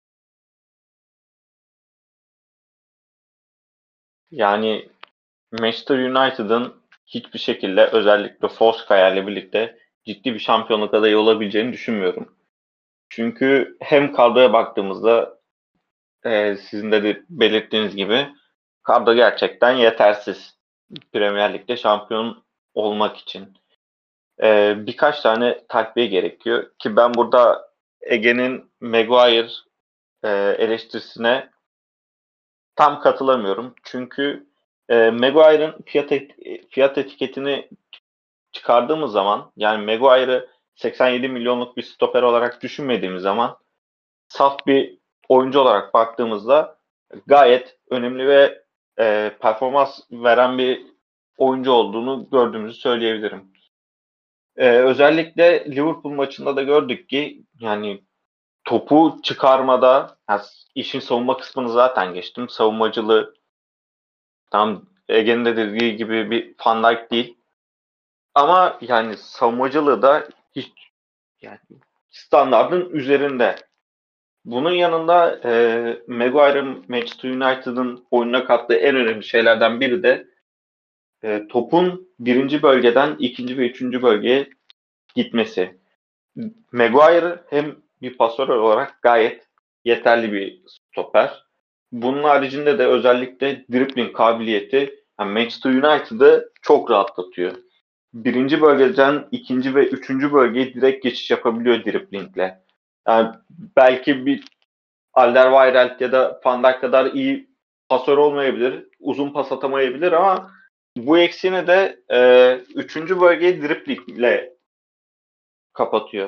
Yani Manchester United'ın hiçbir şekilde özellikle Solskjaer'le birlikte ciddi bir şampiyonluk adayı olabileceğini düşünmüyorum. Çünkü hem kadroya baktığımızda e, sizin de, de belirttiğiniz gibi kadro gerçekten yetersiz. Premier Lig'de şampiyon olmak için. E, birkaç tane takviye gerekiyor ki ben burada Ege'nin Maguire e, eleştirisine tam katılamıyorum. Çünkü e, Maguire'ın fiyat, et, fiyat etiketini çıkardığımız zaman, yani Maguire'ı seksen yedi milyonluk bir stoper olarak düşünmediğimiz zaman saf bir oyuncu olarak baktığımızda gayet önemli ve e, performans veren bir oyuncu olduğunu gördüğümüzü söyleyebilirim. E, özellikle Liverpool maçında da gördük ki yani topu çıkarmada, yani işin savunma kısmını zaten geçtim. Savunmacılığı tam Ege'nin de dediği gibi bir Van Dijk değil. Ama yani savunmacılığı da hiç yani standardın üzerinde. Bunun yanında e, Maguire'ın Manchester United'ın oyununa kattığı en önemli şeylerden biri de e, topun birinci bölgeden ikinci ve üçüncü bölgeye gitmesi. Maguire hem bir pasör olarak gayet yeterli bir stoper. Bunun haricinde de özellikle dribbling kabiliyeti yani Manchester United'ı çok rahatlatıyor. Birinci bölgeden ikinci ve üçüncü bölgeye direkt geçiş yapabiliyor driblingle. Yani belki bir Alderweireld ya da Van Dijk kadar iyi pasör olmayabilir, uzun pas atamayabilir ama bu eksiğini de e, üçüncü bölgeyi driblingle kapatıyor.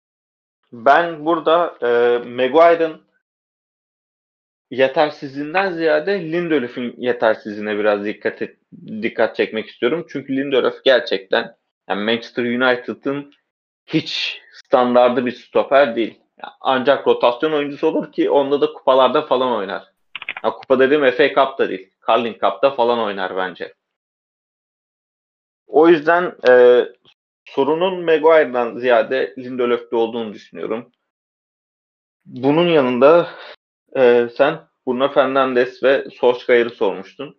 Ben burada e, Maguire'ın yetersizliğinden ziyade Lindelöf'ün yetersizliğine biraz dikkat et, dikkat çekmek istiyorum. Çünkü Lindelöf gerçekten yani Manchester United'ın hiç standardı bir stoper değil. Yani ancak rotasyon oyuncusu olur ki onda da kupalarda falan oynar. Ya kupa dediğim F A Cup'ta değil. Carling Cup'ta falan oynar bence. O yüzden e, sorunun Maguire'dan ziyade Lindelöf'te olduğunu düşünüyorum. Bunun yanında e, sen Bruno Fernandes ve Solskjaer'i sormuştun.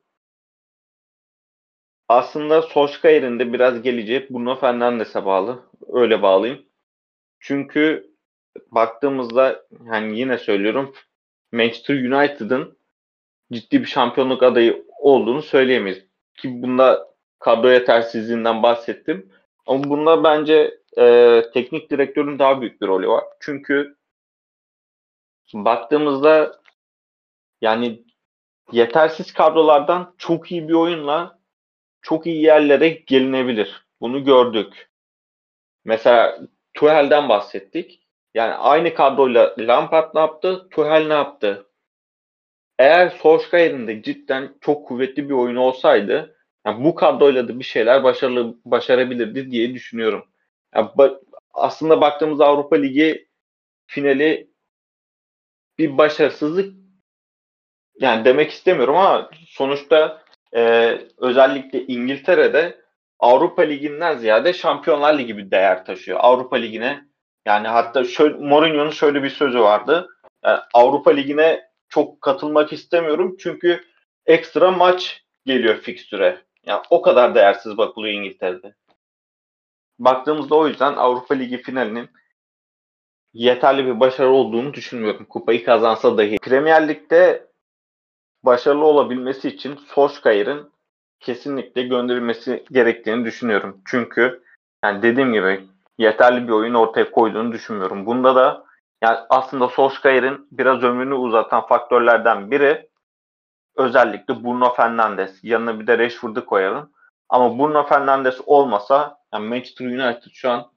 Aslında Solskjaer'in de biraz geleceği Bruno Fernandes'e bağlı. Öyle bağlayayım. Çünkü baktığımızda yani yine söylüyorum Manchester United'ın ciddi bir şampiyonluk adayı olduğunu söyleyemeyiz. Ki bunda kadro yetersizliğinden bahsettim. Ama bunda bence e, teknik direktörün daha büyük bir rolü var. Çünkü baktığımızda yani yetersiz kadrolardan çok iyi bir oyunla çok iyi yerlere gelinebilir. Bunu gördük. Mesela Tuchel'den bahsettik. Yani aynı kadroyla Lampard ne yaptı? Tuchel ne yaptı? Eğer Solskjaer'in de cidden çok kuvvetli bir oyunu olsaydı yani bu kadroyla da bir şeyler başarılı başarabilirdi diye düşünüyorum. Yani ba- aslında baktığımızda Avrupa Ligi finali bir başarısızlık yani demek istemiyorum ama sonuçta e, özellikle İngiltere'de Avrupa Ligi'nden ziyade Şampiyonlar Ligi bir değer taşıyor. Avrupa Ligi'ne yani hatta şöyle, Mourinho'nun şöyle bir sözü vardı. Yani Avrupa Ligi'ne çok katılmak istemiyorum çünkü ekstra maç geliyor fikstüre. Yani o kadar değersiz bakılıyor İngiltere'de. Baktığımızda o yüzden Avrupa Ligi finalinin yeterli bir başarı olduğunu düşünmüyorum. Kupayı kazansa dahi. Premier Lig'de başarılı olabilmesi için Solskjaer'in kesinlikle gönderilmesi gerektiğini düşünüyorum. Çünkü yani dediğim gibi yeterli bir oyun ortaya koyduğunu düşünmüyorum. Bunda da yani aslında Solskjaer'in biraz ömrünü uzatan faktörlerden biri özellikle Bruno Fernandes. Yanına bir de Rashford'u koyalım. Ama Bruno Fernandes olmasa yani Manchester United şu an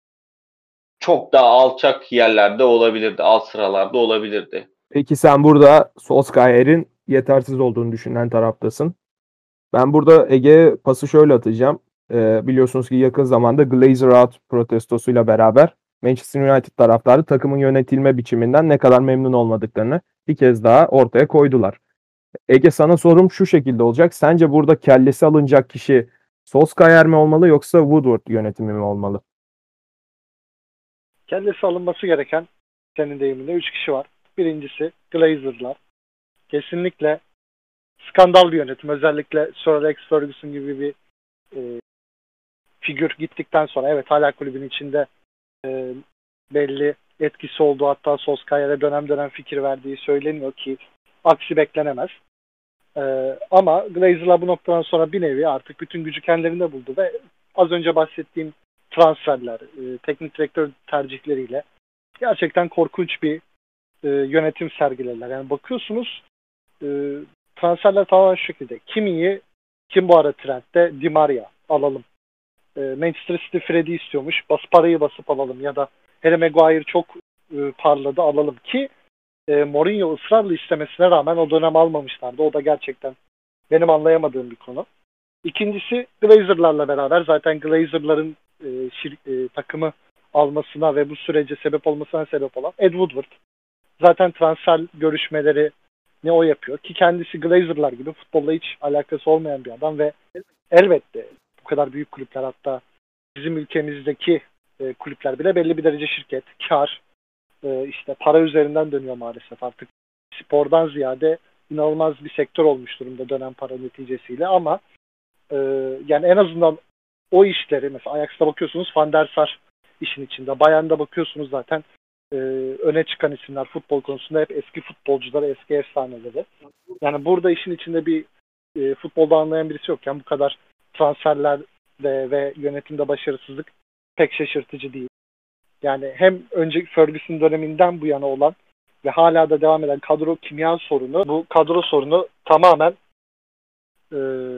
çok daha alçak yerlerde olabilirdi. Alt sıralarda olabilirdi. Peki sen burada Solskjaer'in yetersiz olduğunu düşünen taraftasın. Ben burada Ege'ye pası şöyle atacağım. Ee, biliyorsunuz ki yakın zamanda Glazer out protestosuyla beraber Manchester United taraftarı takımın yönetilme biçiminden ne kadar memnun olmadıklarını bir kez daha ortaya koydular. Ege, sana sorum şu şekilde olacak. Sence burada kellesi alınacak kişi Solskjaer mi olmalı yoksa Woodward yönetimi mi olmalı? Kellesi alınması gereken, senin deyiminde, üç kişi var. Birincisi Glazer'lar. Kesinlikle skandal bir yönetim. Özellikle Sir Alex Ferguson gibi bir e, figür gittikten sonra, evet, hala kulübün içinde e, belli etkisi olduğu, hatta Solskjaer'e dönem dönem fikir verdiği söyleniyor ki aksi beklenemez. E, ama Glazer'lar bu noktadan sonra bir nevi artık bütün gücü kendilerinde buldu ve az önce bahsettiğim transferler, e, teknik direktör tercihleriyle gerçekten korkunç bir e, yönetim sergilediler. Yani bakıyorsunuz e, transferler tamamen şu şekilde. Kim iyi, kim bu ara trendde? Di Maria alalım. E, Manchester City Freddy istiyormuş. Bas parayı basıp alalım ya da Harry Maguire çok e, parladı, alalım ki e, Mourinho ısrarla istemesine rağmen o dönem almamışlardı. O da gerçekten benim anlayamadığım bir konu. İkincisi Glazer'larla beraber zaten Glazer'ların e, şir, e, takımı almasına ve bu sürece sebep olmasına sebep olan Ed Woodward. Zaten transfer görüşmeleri ne o yapıyor ki kendisi Glazer'lar gibi futbolla hiç alakası olmayan bir adam ve elbette bu kadar büyük kulüpler, hatta bizim ülkemizdeki e, kulüpler bile belli bir derece şirket, kar, e, işte para üzerinden dönüyor maalesef artık. Spordan ziyade inanılmaz bir sektör olmuş durumda dönem para neticesiyle ama e, yani en azından o işleri, mesela Ajax'ta bakıyorsunuz Van der Sar işin içinde. Bayern'de bakıyorsunuz zaten e, öne çıkan isimler futbol konusunda hep eski futbolcular, eski efsaneleri. Yani burada işin içinde bir e, futbolda anlayan birisi yokken bu kadar transferlerde ve yönetimde başarısızlık pek şaşırtıcı değil. Yani hem önceki Ferguson döneminden bu yana olan ve hala da devam eden kadro kimya sorunu, bu kadro sorunu tamamen e,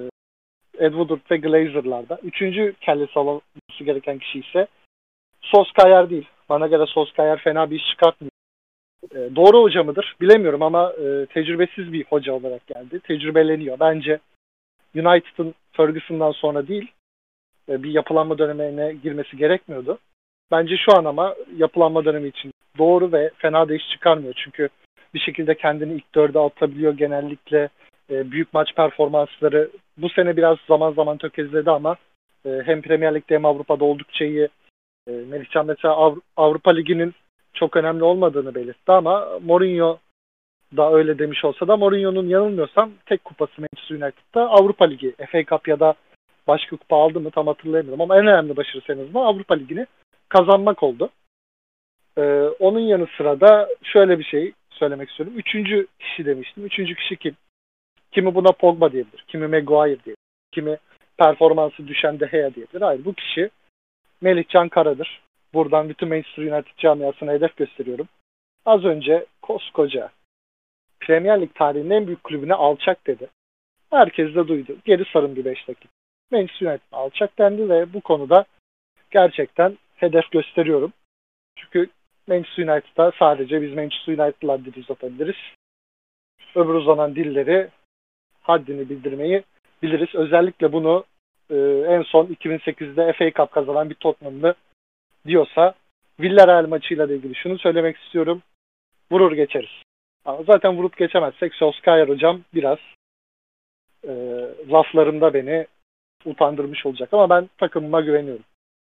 Ed Woodward ve Glazer'larda. Üçüncü kellesi alınması gereken kişi ise Solskjaer değil. Bana göre Solskjaer fena bir iş çıkartmıyor. E, doğru hoca mıdır? Bilemiyorum ama e, tecrübesiz bir hoca olarak geldi. Tecrübeleniyor. Bence United'ın Ferguson'dan sonra değil, e, bir yapılanma dönemine girmesi gerekmiyordu. Bence şu an ama yapılanma dönemi için doğru ve fena da iş çıkarmıyor. Çünkü bir şekilde kendini ilk dörde atabiliyor genellikle. E, büyük maç performansları bu sene biraz zaman zaman tökezledi ama e, hem Premier Lig'de hem Avrupa'da oldukça iyi. E, Melihcan mesela Avru- Avrupa Ligi'nin çok önemli olmadığını belirtti ama Mourinho da öyle demiş olsa da Mourinho'nun yanılmıyorsam tek kupası Manchester United'da Avrupa Ligi. F A Cup ya da başka kupa aldı mı tam hatırlayamıyorum ama en önemli başarısı en azından Avrupa Ligi'ni kazanmak oldu. Ee, onun yanı sıra da şöyle bir şey söylemek istiyorum. Üçüncü kişi demiştim. Üçüncü kişi kim? Kimi buna Pogba diyebilir, kimi Maguire diyebilir, kimi performansı düşen De Gea diyebilir. Hayır, bu kişi Melihcan Kara'dır. Buradan bütün Manchester United camiasına hedef gösteriyorum. Az önce koskoca Premier Lig tarihinin en büyük kulübüne alçak dedi. Herkes de duydu. Geri sarın bir beş dakika. Manchester United alçak dendi ve bu konuda gerçekten hedef gösteriyorum. Çünkü Manchester United'da sadece biz Manchester United'la dil uzatabiliriz. Öbür uzanan dilleri haddini bildirmeyi biliriz. Özellikle bunu e, en son iki bin sekizde F A Cup kazanan bir Tottenham'lı diyorsa Villarreal maçıyla ilgili şunu söylemek istiyorum. Vurur geçeriz. Ama zaten vurup geçemezsek Solskjaer hocam biraz e, laflarında beni utandırmış olacak ama ben takımıma güveniyorum.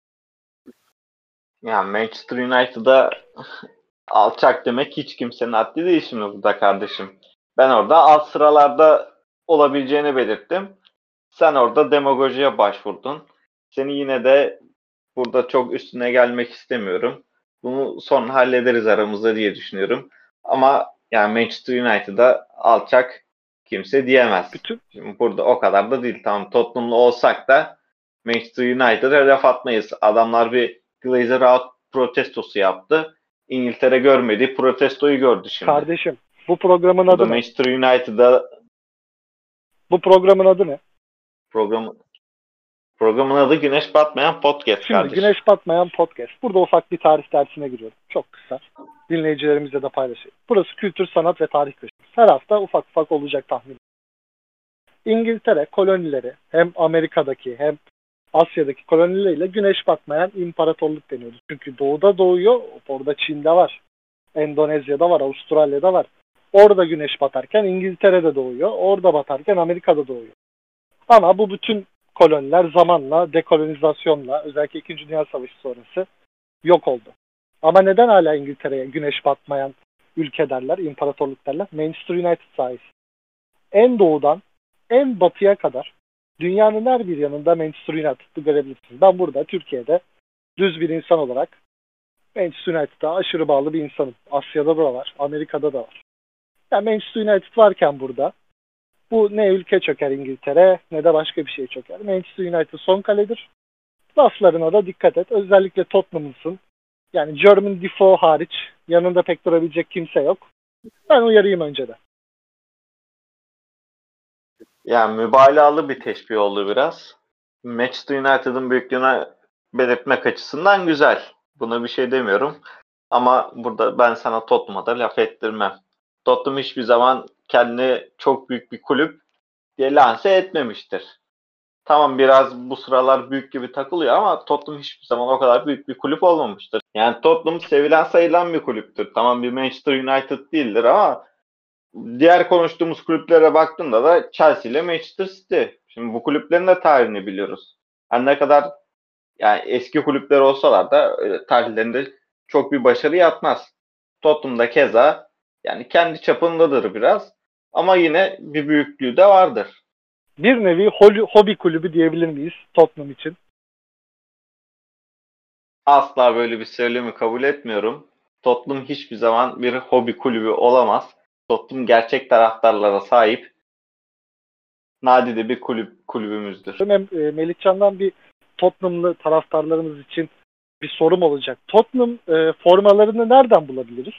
Yani Manchester United'a alçak demek hiç kimsenin haddi değil şimdi burada kardeşim. Ben orada alt sıralarda olabileceğini belirttim. Sen orada demagojiye başvurdun. Seni yine de burada çok üstüne gelmek istemiyorum. Bunu sonra hallederiz aramızda diye düşünüyorum. Ama yani Manchester United'a alçak kimse diyemez. Bütün Şimdi burada o kadar da değil. Tamam, Tottenham'lı olsak da Manchester United'a hedef atmayız. Adamlar bir Glazer out protestosu yaptı. İngiltere görmedi. Protestoyu gördü şimdi. kardeşim, bu programın Burada adı ne? Manchester United'a Bu programın adı ne? program programın adı Güneş Batmayan Podcast Şimdi kardeşim. Güneş Batmayan Podcast. Burada ufak bir tarih dersine giriyorum. Çok kısa. Dinleyicilerimizle de paylaşayım. Burası kültür, sanat ve tarih köşesi. Her hafta ufak ufak olacak tahmin. İngiltere kolonileri hem Amerika'daki hem Asya'daki kolonileriyle güneş batmayan imparatorluk deniyordu. Çünkü doğuda doğuyor, orada Çin'de var, Endonezya'da var, Avustralya'da var. Orada güneş batarken İngiltere'de doğuyor. Orada batarken Amerika'da doğuyor. Ama bu bütün koloniler zamanla, dekolonizasyonla, özellikle İkinci Dünya Savaşı sonrası yok oldu. Ama neden hala İngiltere'ye güneş batmayan ülke derler, imparatorluk derler? Manchester United sayesinde. En doğudan en batıya kadar dünyanın her bir yanında Manchester United'ı görebilirsiniz. Ben burada Türkiye'de düz bir insan olarak Manchester United'a aşırı bağlı bir insanım. Asya'da da var, Amerika'da da var. Yani Manchester United varken burada bu ne ülke çöker İngiltere ne de başka bir şey çöker. Manchester United son kaledir. Laflarına da dikkat et. Özellikle Tottenham'sın. Yani Jermaine Defoe hariç yanında pek durabilecek kimse yok. Ben uyarayım önceden. Yani mübalağalı bir teşbih oldu biraz. Manchester United'ın büyüklüğüne belirtmek açısından güzel. Buna bir şey demiyorum. Ama burada ben sana Tottenham'a da laf ettirmem. Tottenham hiçbir zaman kendini çok büyük bir kulüp diye lanse etmemiştir. Tamam biraz bu sıralar büyük gibi takılıyor ama Tottenham hiçbir zaman o kadar büyük bir kulüp olmamıştır. Yani Tottenham sevilen sayılan bir kulüptür. Tamam bir Manchester United değildir ama diğer konuştuğumuz kulüplere baktığında da Chelsea ile Manchester City. Şimdi bu kulüplerin de tarihini biliyoruz. Yani ne kadar yani eski kulüpler olsalar da e, tarihlerinde çok bir başarı yatmaz. Tottenham'da keza yani kendi çapındadır biraz ama yine bir büyüklüğü de vardır. Bir nevi hol- hobi kulübü diyebilir miyiz Tottenham için? Asla böyle bir söylemi kabul etmiyorum. Tottenham hiçbir zaman bir hobi kulübü olamaz. Tottenham gerçek taraftarlara sahip nadide bir kulüp kulübümüzdür. Hem e, Melihcan'dan bir Tottenham'lı taraftarlarımız için bir sorum olacak. Tottenham e, formalarını nereden bulabiliriz?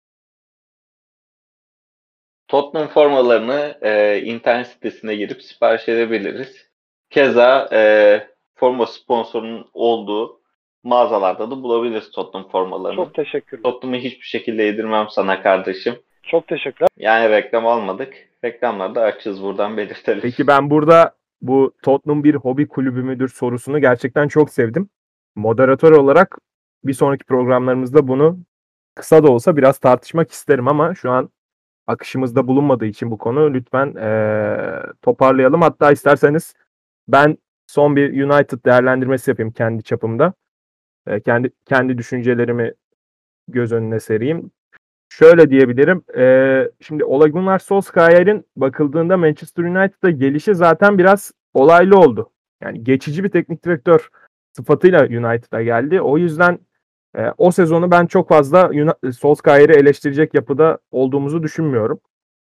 Tottenham formalarını e, internet sitesine girip sipariş edebiliriz. Keza e, forma sponsorunun olduğu mağazalarda da bulabiliriz Tottenham formalarını. Çok teşekkürler. Tottenham'ı hiçbir şekilde yedirmem sana kardeşim. Çok teşekkürler. Yani reklam almadık. Reklamları da açığız buradan belirtelim. Peki ben burada bu Tottenham bir hobi kulübü müdür sorusunu gerçekten çok sevdim. Moderatör olarak bir sonraki programlarımızda bunu kısa da olsa biraz tartışmak isterim ama şu an akışımızda bulunmadığı için bu konu lütfen ee, toparlayalım. Hatta isterseniz ben son bir United değerlendirmesi yapayım kendi çapımda. E, kendi kendi düşüncelerimi göz önüne sereyim. Şöyle diyebilirim. E, şimdi Ole Gunnar Solskjaer'in bakıldığında Manchester United'a gelişi zaten biraz olaylı oldu. Yani geçici bir teknik direktör sıfatıyla United'a geldi. O yüzden e, o sezonu ben çok fazla Solskjaer'i eleştirecek yapıda olduğumuzu düşünmüyorum.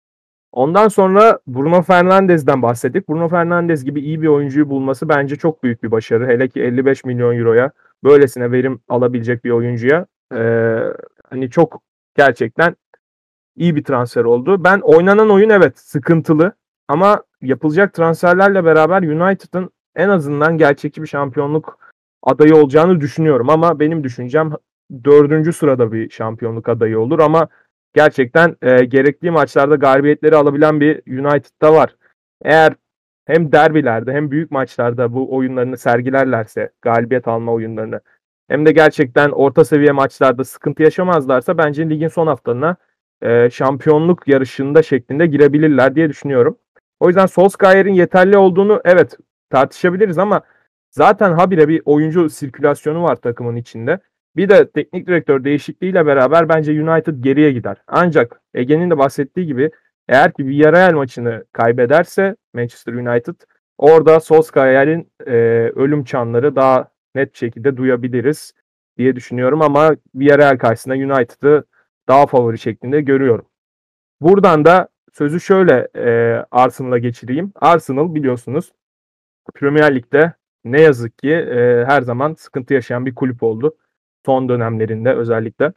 Ondan sonra Bruno Fernandes'den bahsettik. Bruno Fernandes gibi iyi bir oyuncuyu bulması bence çok büyük bir başarı. Hele ki elli beş milyon euroya böylesine verim alabilecek bir oyuncuya e, hani çok gerçekten iyi bir transfer oldu. Ben oynanan oyun evet sıkıntılı ama yapılacak transferlerle beraber United'ın en azından gerçekçi bir şampiyonluk adayı olacağını düşünüyorum. Ama benim düşüncem dördüncü sırada bir şampiyonluk adayı olur ama gerçekten e, gerekli maçlarda galibiyetleri alabilen bir United'da var. Eğer hem derbilerde hem büyük maçlarda bu oyunlarını sergilerlerse, galibiyet alma oyunlarını hem de gerçekten orta seviye maçlarda sıkıntı yaşamazlarsa bence ligin son haftalarına e, şampiyonluk yarışında şeklinde girebilirler diye düşünüyorum. O yüzden Solskjaer'in yeterli olduğunu evet tartışabiliriz ama zaten habire bir oyuncu sirkülasyonu var takımın içinde. Bir de teknik direktör değişikliğiyle beraber bence United geriye gider. Ancak Ege'nin de bahsettiği gibi eğer ki Villarreal maçını kaybederse Manchester United orada Solskjaer'in e, ölüm çanları daha net şekilde duyabiliriz diye düşünüyorum ama Villarreal karşısında United'ı daha favori şeklinde görüyorum. Buradan da sözü şöyle e, Arsenal'a geçireyim. Arsenal biliyorsunuz Premier Lig'de ne yazık ki e, her zaman sıkıntı yaşayan bir kulüp oldu. Son dönemlerinde özellikle.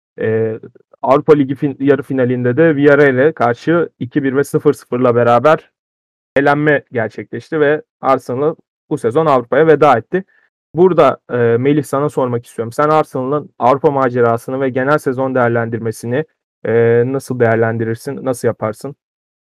E, Avrupa Ligi fin- yarı finalinde de Villarreal'e karşı iki bir ve sıfır sıfırla beraber elenme gerçekleşti ve Arsenal bu sezon Avrupa'ya veda etti. Burada e, Melih sana sormak istiyorum. Sen Arsenal'ın Avrupa macerasını ve genel sezon değerlendirmesini e, nasıl değerlendirirsin? Nasıl yaparsın?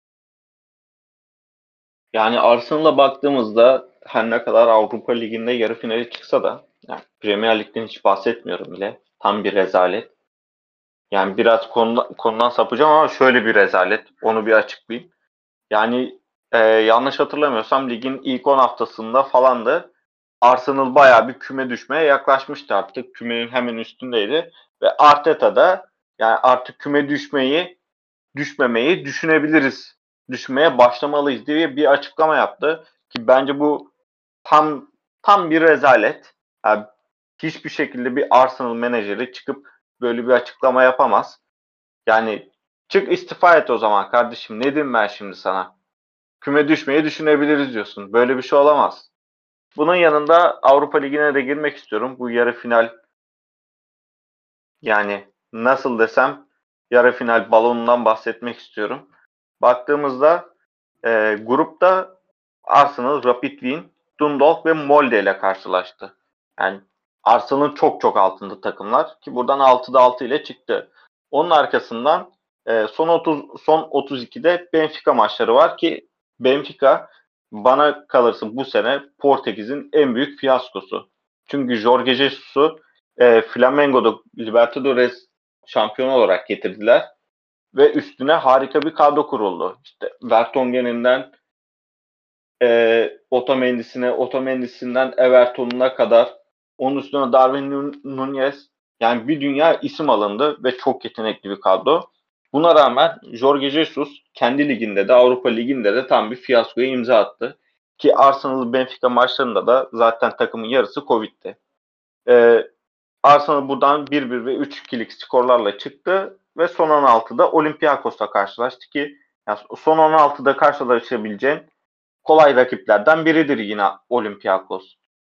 Yani Arsenal'a baktığımızda her ne kadar Avrupa Ligi'nde yarı finale çıksa da yani Premier Lig'den hiç bahsetmiyorum bile. Tam bir rezalet. Yani biraz konudan, konudan sapacağım ama şöyle bir rezalet. Onu bir açıklayayım. Yani e, yanlış hatırlamıyorsam ligin ilk on haftasında falandı. Arsenal bayağı bir küme düşmeye yaklaşmıştı artık. Kümenin hemen üstündeydi. Ve Arteta da yani artık küme düşmeyi, düşmemeyi düşünebiliriz. Düşmeye başlamalıyız diye bir açıklama yaptı. Ki bence bu tam tam bir rezalet. Yani hiçbir şekilde bir Arsenal menajeri çıkıp böyle bir açıklama yapamaz. Yani çık istifa et o zaman kardeşim. Ne diyeyim ben şimdi sana? Küme düşmeyi düşünebiliriz diyorsun. Böyle bir şey olamaz. Bunun yanında Avrupa Ligi'ne de girmek istiyorum. Bu yarı final, yani nasıl desem, yarı final balonundan bahsetmek istiyorum. Baktığımızda e, grupta Arsenal, Rapid Wien, Dundalk ve Molde ile karşılaştı. Yani Arsenal'ın çok çok altında takımlar ki buradan altıda altı ile çıktı. Onun arkasından e, son otuz son otuz ikide Benfica maçları var ki Benfica bana kalırsa bu sene Portekiz'in en büyük fiyaskosu. Çünkü Jorge Jesus'u e, Flamengo'da Libertadores şampiyonu olarak getirdiler ve üstüne harika bir kadro kuruldu. İşte Vertonghen'inden e, Otamendi'sine, Otamendi'sinden Everton'una kadar, onun üstüne Darwin Nunez, yani bir dünya isim alındı ve çok yetenekli bir kadro. Buna rağmen Jorge Jesus kendi liginde de Avrupa Ligi'nde de tam bir fiyaskoya imza attı. Ki Arsenal Benfica maçlarında da zaten takımın yarısı Covid'ti. Ee, Arsenal buradan bir bir ve üç ikilik skorlarla çıktı ve son on altıda Olympiakos'la karşılaştı ki yani son on altıda karşılaşabileceğin kolay rakiplerden biridir yine Olympiakos.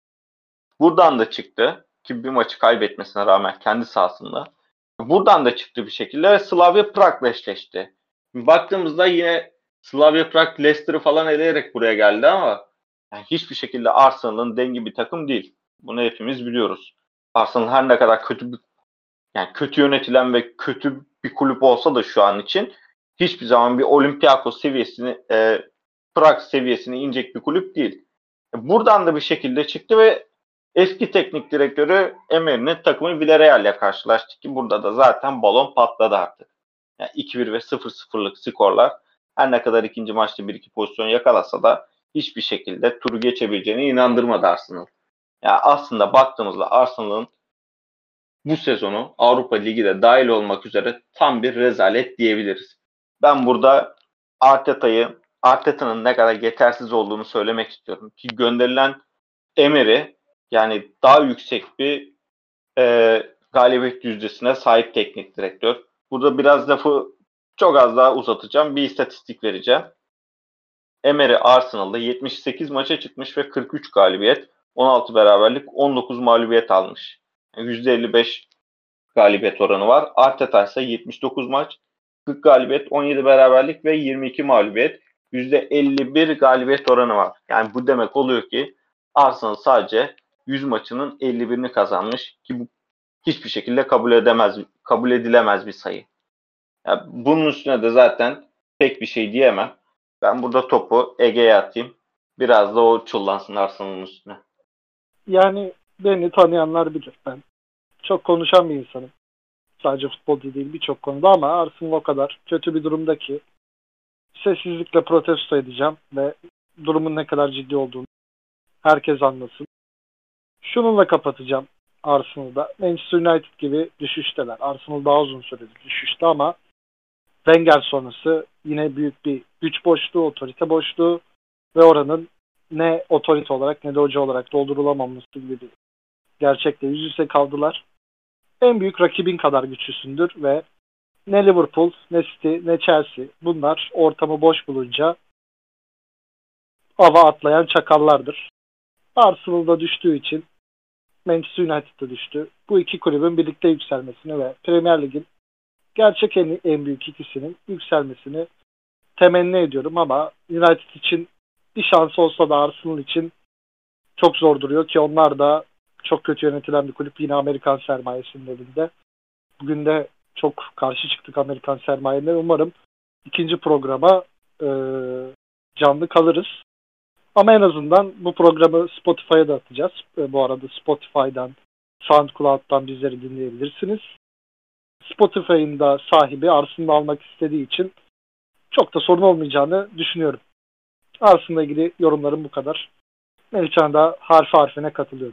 Buradan da çıktı ki bir maçı kaybetmesine rağmen kendi sahasında. Buradan da çıktı bir şekilde Slavia Prag'la eşleşti. Baktığımızda yine Slavia Prag Leicester'ı falan eleyerek buraya geldi ama yani hiçbir şekilde Arsenal'ın dengi bir takım değil. Bunu hepimiz biliyoruz. Arsenal her ne kadar kötü bir, yani kötü yönetilen ve kötü bir kulüp olsa da şu an için hiçbir zaman bir Olympiakos seviyesini, e, Prag seviyesine inecek bir kulüp değil. Buradan da bir şekilde çıktı ve eski teknik direktörü Emery'nin takımı Villarreal'le karşılaştı ki burada da zaten balon patladı artık. Yani iki bir ve sıfır sıfırlık skorlar her ne kadar ikinci maçta bir iki pozisyon yakalasa da hiçbir şekilde turu geçebileceğine inandırmadı Arsenal. Yani aslında baktığımızda Arsenal'ın bu sezonu Avrupa Ligi de dahil olmak üzere tam bir rezalet diyebiliriz. Ben burada Arteta'yı, Arteta'nın ne kadar yetersiz olduğunu söylemek istiyorum. Ki gönderilen Emery yani daha yüksek bir e, galibiyet yüzdesine sahip teknik direktör. Burada biraz lafı çok az daha uzatacağım. Bir istatistik vereceğim. Emery Arsenal'da yetmiş sekiz maça çıkmış ve kırk üç galibiyet, on altı beraberlik, on dokuz mağlubiyet almış. Yani yüzde elli beş galibiyet oranı var. Arteta ise yetmiş dokuz maç, kırk galibiyet, on yedi beraberlik ve yirmi iki mağlubiyet. yüzde elli bir galibiyet oranı var. Yani bu demek oluyor ki Arsenal sadece yüz maçının elli birini kazanmış ki bu hiçbir şekilde kabul edemez, kabul edilemez bir sayı. Yani bunun üstüne de zaten pek bir şey diyemem. Ben burada topu Ege'ye atayım. Biraz da o çullansın Arsenal'ın üstüne. Yani beni tanıyanlar bilir. Ben çok konuşan bir insanım. Sadece futbolda değil birçok konuda ama Arsenal o kadar kötü bir durumda ki sessizlikle protesto edeceğim ve durumun ne kadar ciddi olduğunu herkes anlasın. Şununla kapatacağım Arsenal'da. Manchester United gibi düşüşteler. Arsenal daha uzun süredir düşüşte ama Wenger sonrası yine büyük bir güç boşluğu, otorite boşluğu ve oranın ne otorite olarak ne de hoca olarak doldurulamaması gibi bir gerçekle yüz yüze kaldılar. En büyük rakibin kadar güçlüsündür ve ne Liverpool, ne City, ne Chelsea bunlar ortamı boş bulunca ava atlayan çakallardır. Arsenal'da düştüğü için Manchester United'da düştü. Bu iki kulübün birlikte yükselmesini ve Premier Lig'in gerçek en, en büyük ikisinin yükselmesini temenni ediyorum ama United için bir şans olsa da Arsenal için çok zor duruyor ki onlar da çok kötü yönetilen bir kulüp, yine Amerikan sermayesinin elinde. Bugün de çok karşı çıktık Amerikan sermayene. Umarım ikinci programa e, canlı kalırız. Ama en azından bu programı Spotify'a da atacağız. E, bu arada Spotify'dan, SoundCloud'dan bizleri dinleyebilirsiniz. Spotify'ın da sahibi Arsenal'ı almak istediği için çok da sorun olmayacağını düşünüyorum. Arsenal'la ilgili yorumlarım bu kadar. Melihcan da harfi harfine katılıyorum.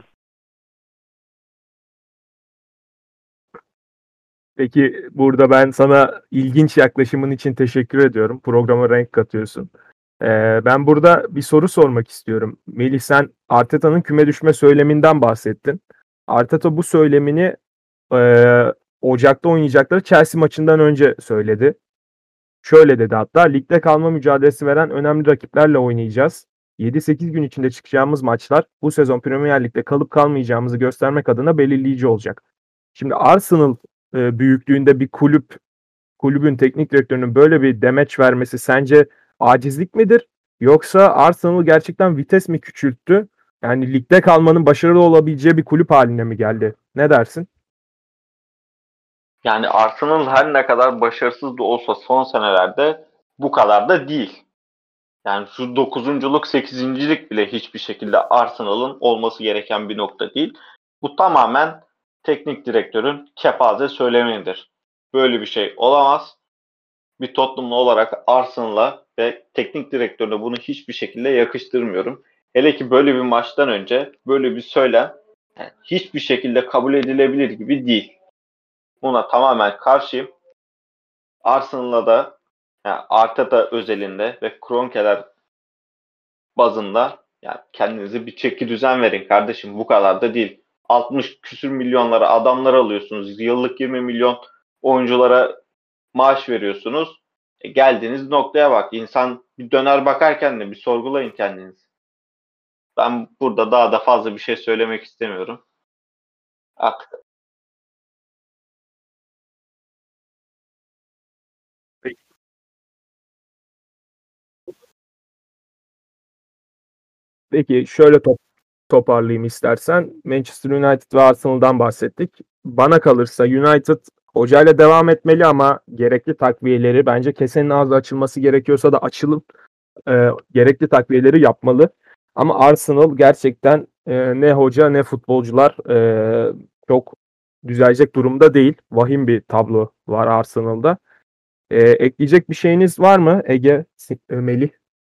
Peki burada ben sana ilginç yaklaşımın için teşekkür ediyorum. Programa renk katıyorsun. Ee, ben burada bir soru sormak istiyorum. Melih, sen Arteta'nın küme düşme söyleminden bahsettin. Arteta bu söylemini e, Ocak'ta oynayacakları Chelsea maçından önce söyledi. Şöyle dedi hatta: ligde kalma mücadelesi veren önemli rakiplerle oynayacağız. yedi sekiz gün içinde çıkacağımız maçlar bu sezon Premier Lig'de kalıp kalmayacağımızı göstermek adına belirleyici olacak. Şimdi Arsenal e, büyüklüğünde bir kulüp, kulübün teknik direktörünün böyle bir demeç vermesi sence acizlik midir? Yoksa Arsenal gerçekten vites mi küçülttü? Yani ligde kalmanın başarılı olabileceği bir kulüp haline mi geldi? Ne dersin? Yani Arsenal her ne kadar başarısız da olsa son senelerde bu kadar da değil. Yani şu dokuzunculuk, sekizincilik bile hiçbir şekilde Arsenal'ın olması gereken bir nokta değil. Bu tamamen teknik direktörün kepaze söylemidir. Böyle bir şey olamaz. Bir Tottenhamlı olarak Arsenal'a ve teknik direktörüne bunu hiçbir şekilde yakıştırmıyorum. Hele ki böyle bir maçtan önce böyle bir söylem yani hiçbir şekilde kabul edilebilir gibi değil. Buna tamamen karşıyım. Arsenal'la da yani Arteta özelinde ve Kroenke'ler bazında yani kendinize bir çeki düzen verin kardeşim, bu kadar da değil. altmış küsür milyonlara adamlar alıyorsunuz. Yıllık yirmi milyon oyunculara maaş veriyorsunuz. E geldiğiniz noktaya bak. İnsan bir döner bakarken de bir sorgulayın kendinizi. Ben burada daha da fazla bir şey söylemek istemiyorum. Artık Peki, peki şöyle top, toparlayayım istersen. Manchester United ve Arsenal'dan bahsettik. Bana kalırsa United hocayla devam etmeli ama gerekli takviyeleri, bence kesenin ağzı açılması gerekiyorsa da açılıp e, gerekli takviyeleri yapmalı. Ama Arsenal gerçekten e, ne hoca ne futbolcular e, çok düzelecek durumda değil. Vahim bir tablo var Arsenal'da. E, ekleyecek bir şeyiniz var mı Ege, e, Melih?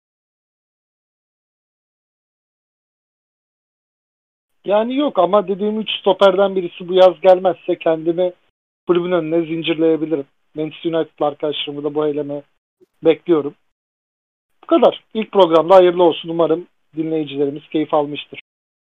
Yani yok ama dediğim üç stoperden birisi bu yaz gelmezse kendimi kulübün önüne zincirleyebilirim. Manchester United'lı arkadaşlarımı da bu eyleme bekliyorum. Bu kadar. İlk programda hayırlı olsun. Umarım dinleyicilerimiz keyif almıştır.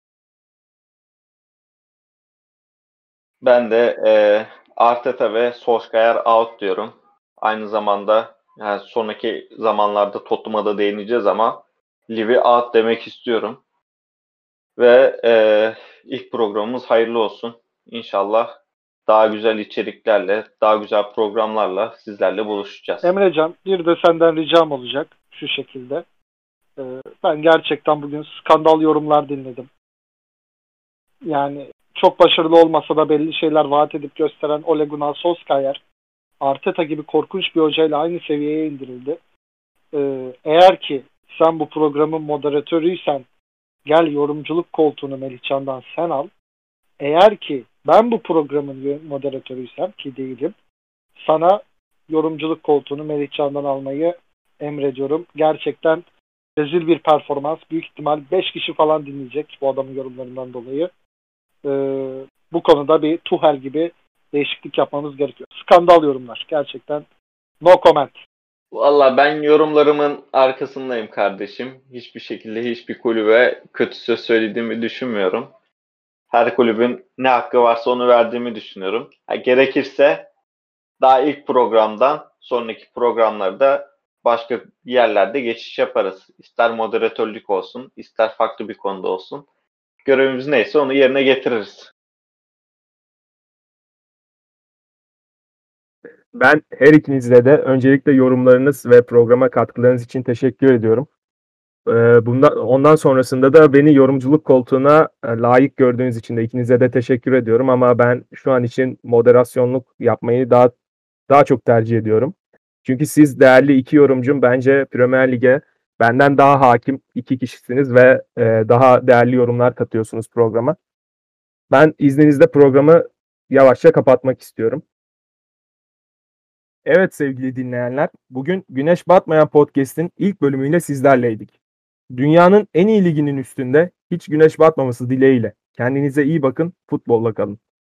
ben de e, Arteta ve Solskjaer out diyorum. Aynı zamanda yani sonraki zamanlarda Tottenham'a da değineceğiz ama Liv'i out demek istiyorum. Ve e, ilk programımız hayırlı olsun. İnşallah daha güzel içeriklerle, daha güzel programlarla sizlerle buluşacağız. Emrecan, bir de senden ricam olacak şu şekilde. Ee, ben gerçekten bugün skandal yorumlar dinledim. Yani çok başarılı olmasa da belli şeyler vaat edip gösteren Ole Gunnar Solskjaer, Arteta gibi korkunç bir hocayla aynı seviyeye indirildi. Ee, eğer ki sen bu programın moderatörüysen gel yorumculuk koltuğunu Melihcan'dan sen al. Eğer ki ben bu programın moderatörüysem, ki değilim, sana yorumculuk koltuğunu Melihcan'dan almayı emrediyorum. Gerçekten rezil bir performans. Büyük ihtimal beş kişi falan dinleyecek bu adamın yorumlarından dolayı. Ee, bu konuda bir Tuchel gibi değişiklik yapmamız gerekiyor. Skandal yorumlar. Gerçekten no comment. Valla ben yorumlarımın arkasındayım kardeşim. Hiçbir şekilde hiçbir kulübe kötü söz söylediğimi düşünmüyorum. Her kulübün ne hakkı varsa onu verdiğimi düşünüyorum. Ha, gerekirse daha ilk programdan sonraki programlarda başka yerlerde geçiş yaparız. İster moderatörlük olsun, ister farklı bir konuda olsun. Görevimiz neyse onu yerine getiririz. Ben her ikinizle de öncelikle yorumlarınız ve programa katkılarınız için teşekkür ediyorum. Ee, bundan, ondan sonrasında da beni yorumculuk koltuğuna e, layık gördüğünüz için de ikinize de teşekkür ediyorum. Ama ben şu an için moderasyonluk yapmayı daha daha çok tercih ediyorum. Çünkü siz değerli iki yorumcum, bence Premier Lig'e benden daha hakim iki kişisiniz ve e, daha değerli yorumlar katıyorsunuz programa. Ben izninizle programı yavaşça kapatmak istiyorum. Evet sevgili dinleyenler, bugün Güneş Batmayan Podcast'in ilk bölümüyle sizlerleydik. Dünyanın en iyi liginin üstünde hiç güneş batmaması dileğiyle. Kendinize iyi bakın, futbolla kalın.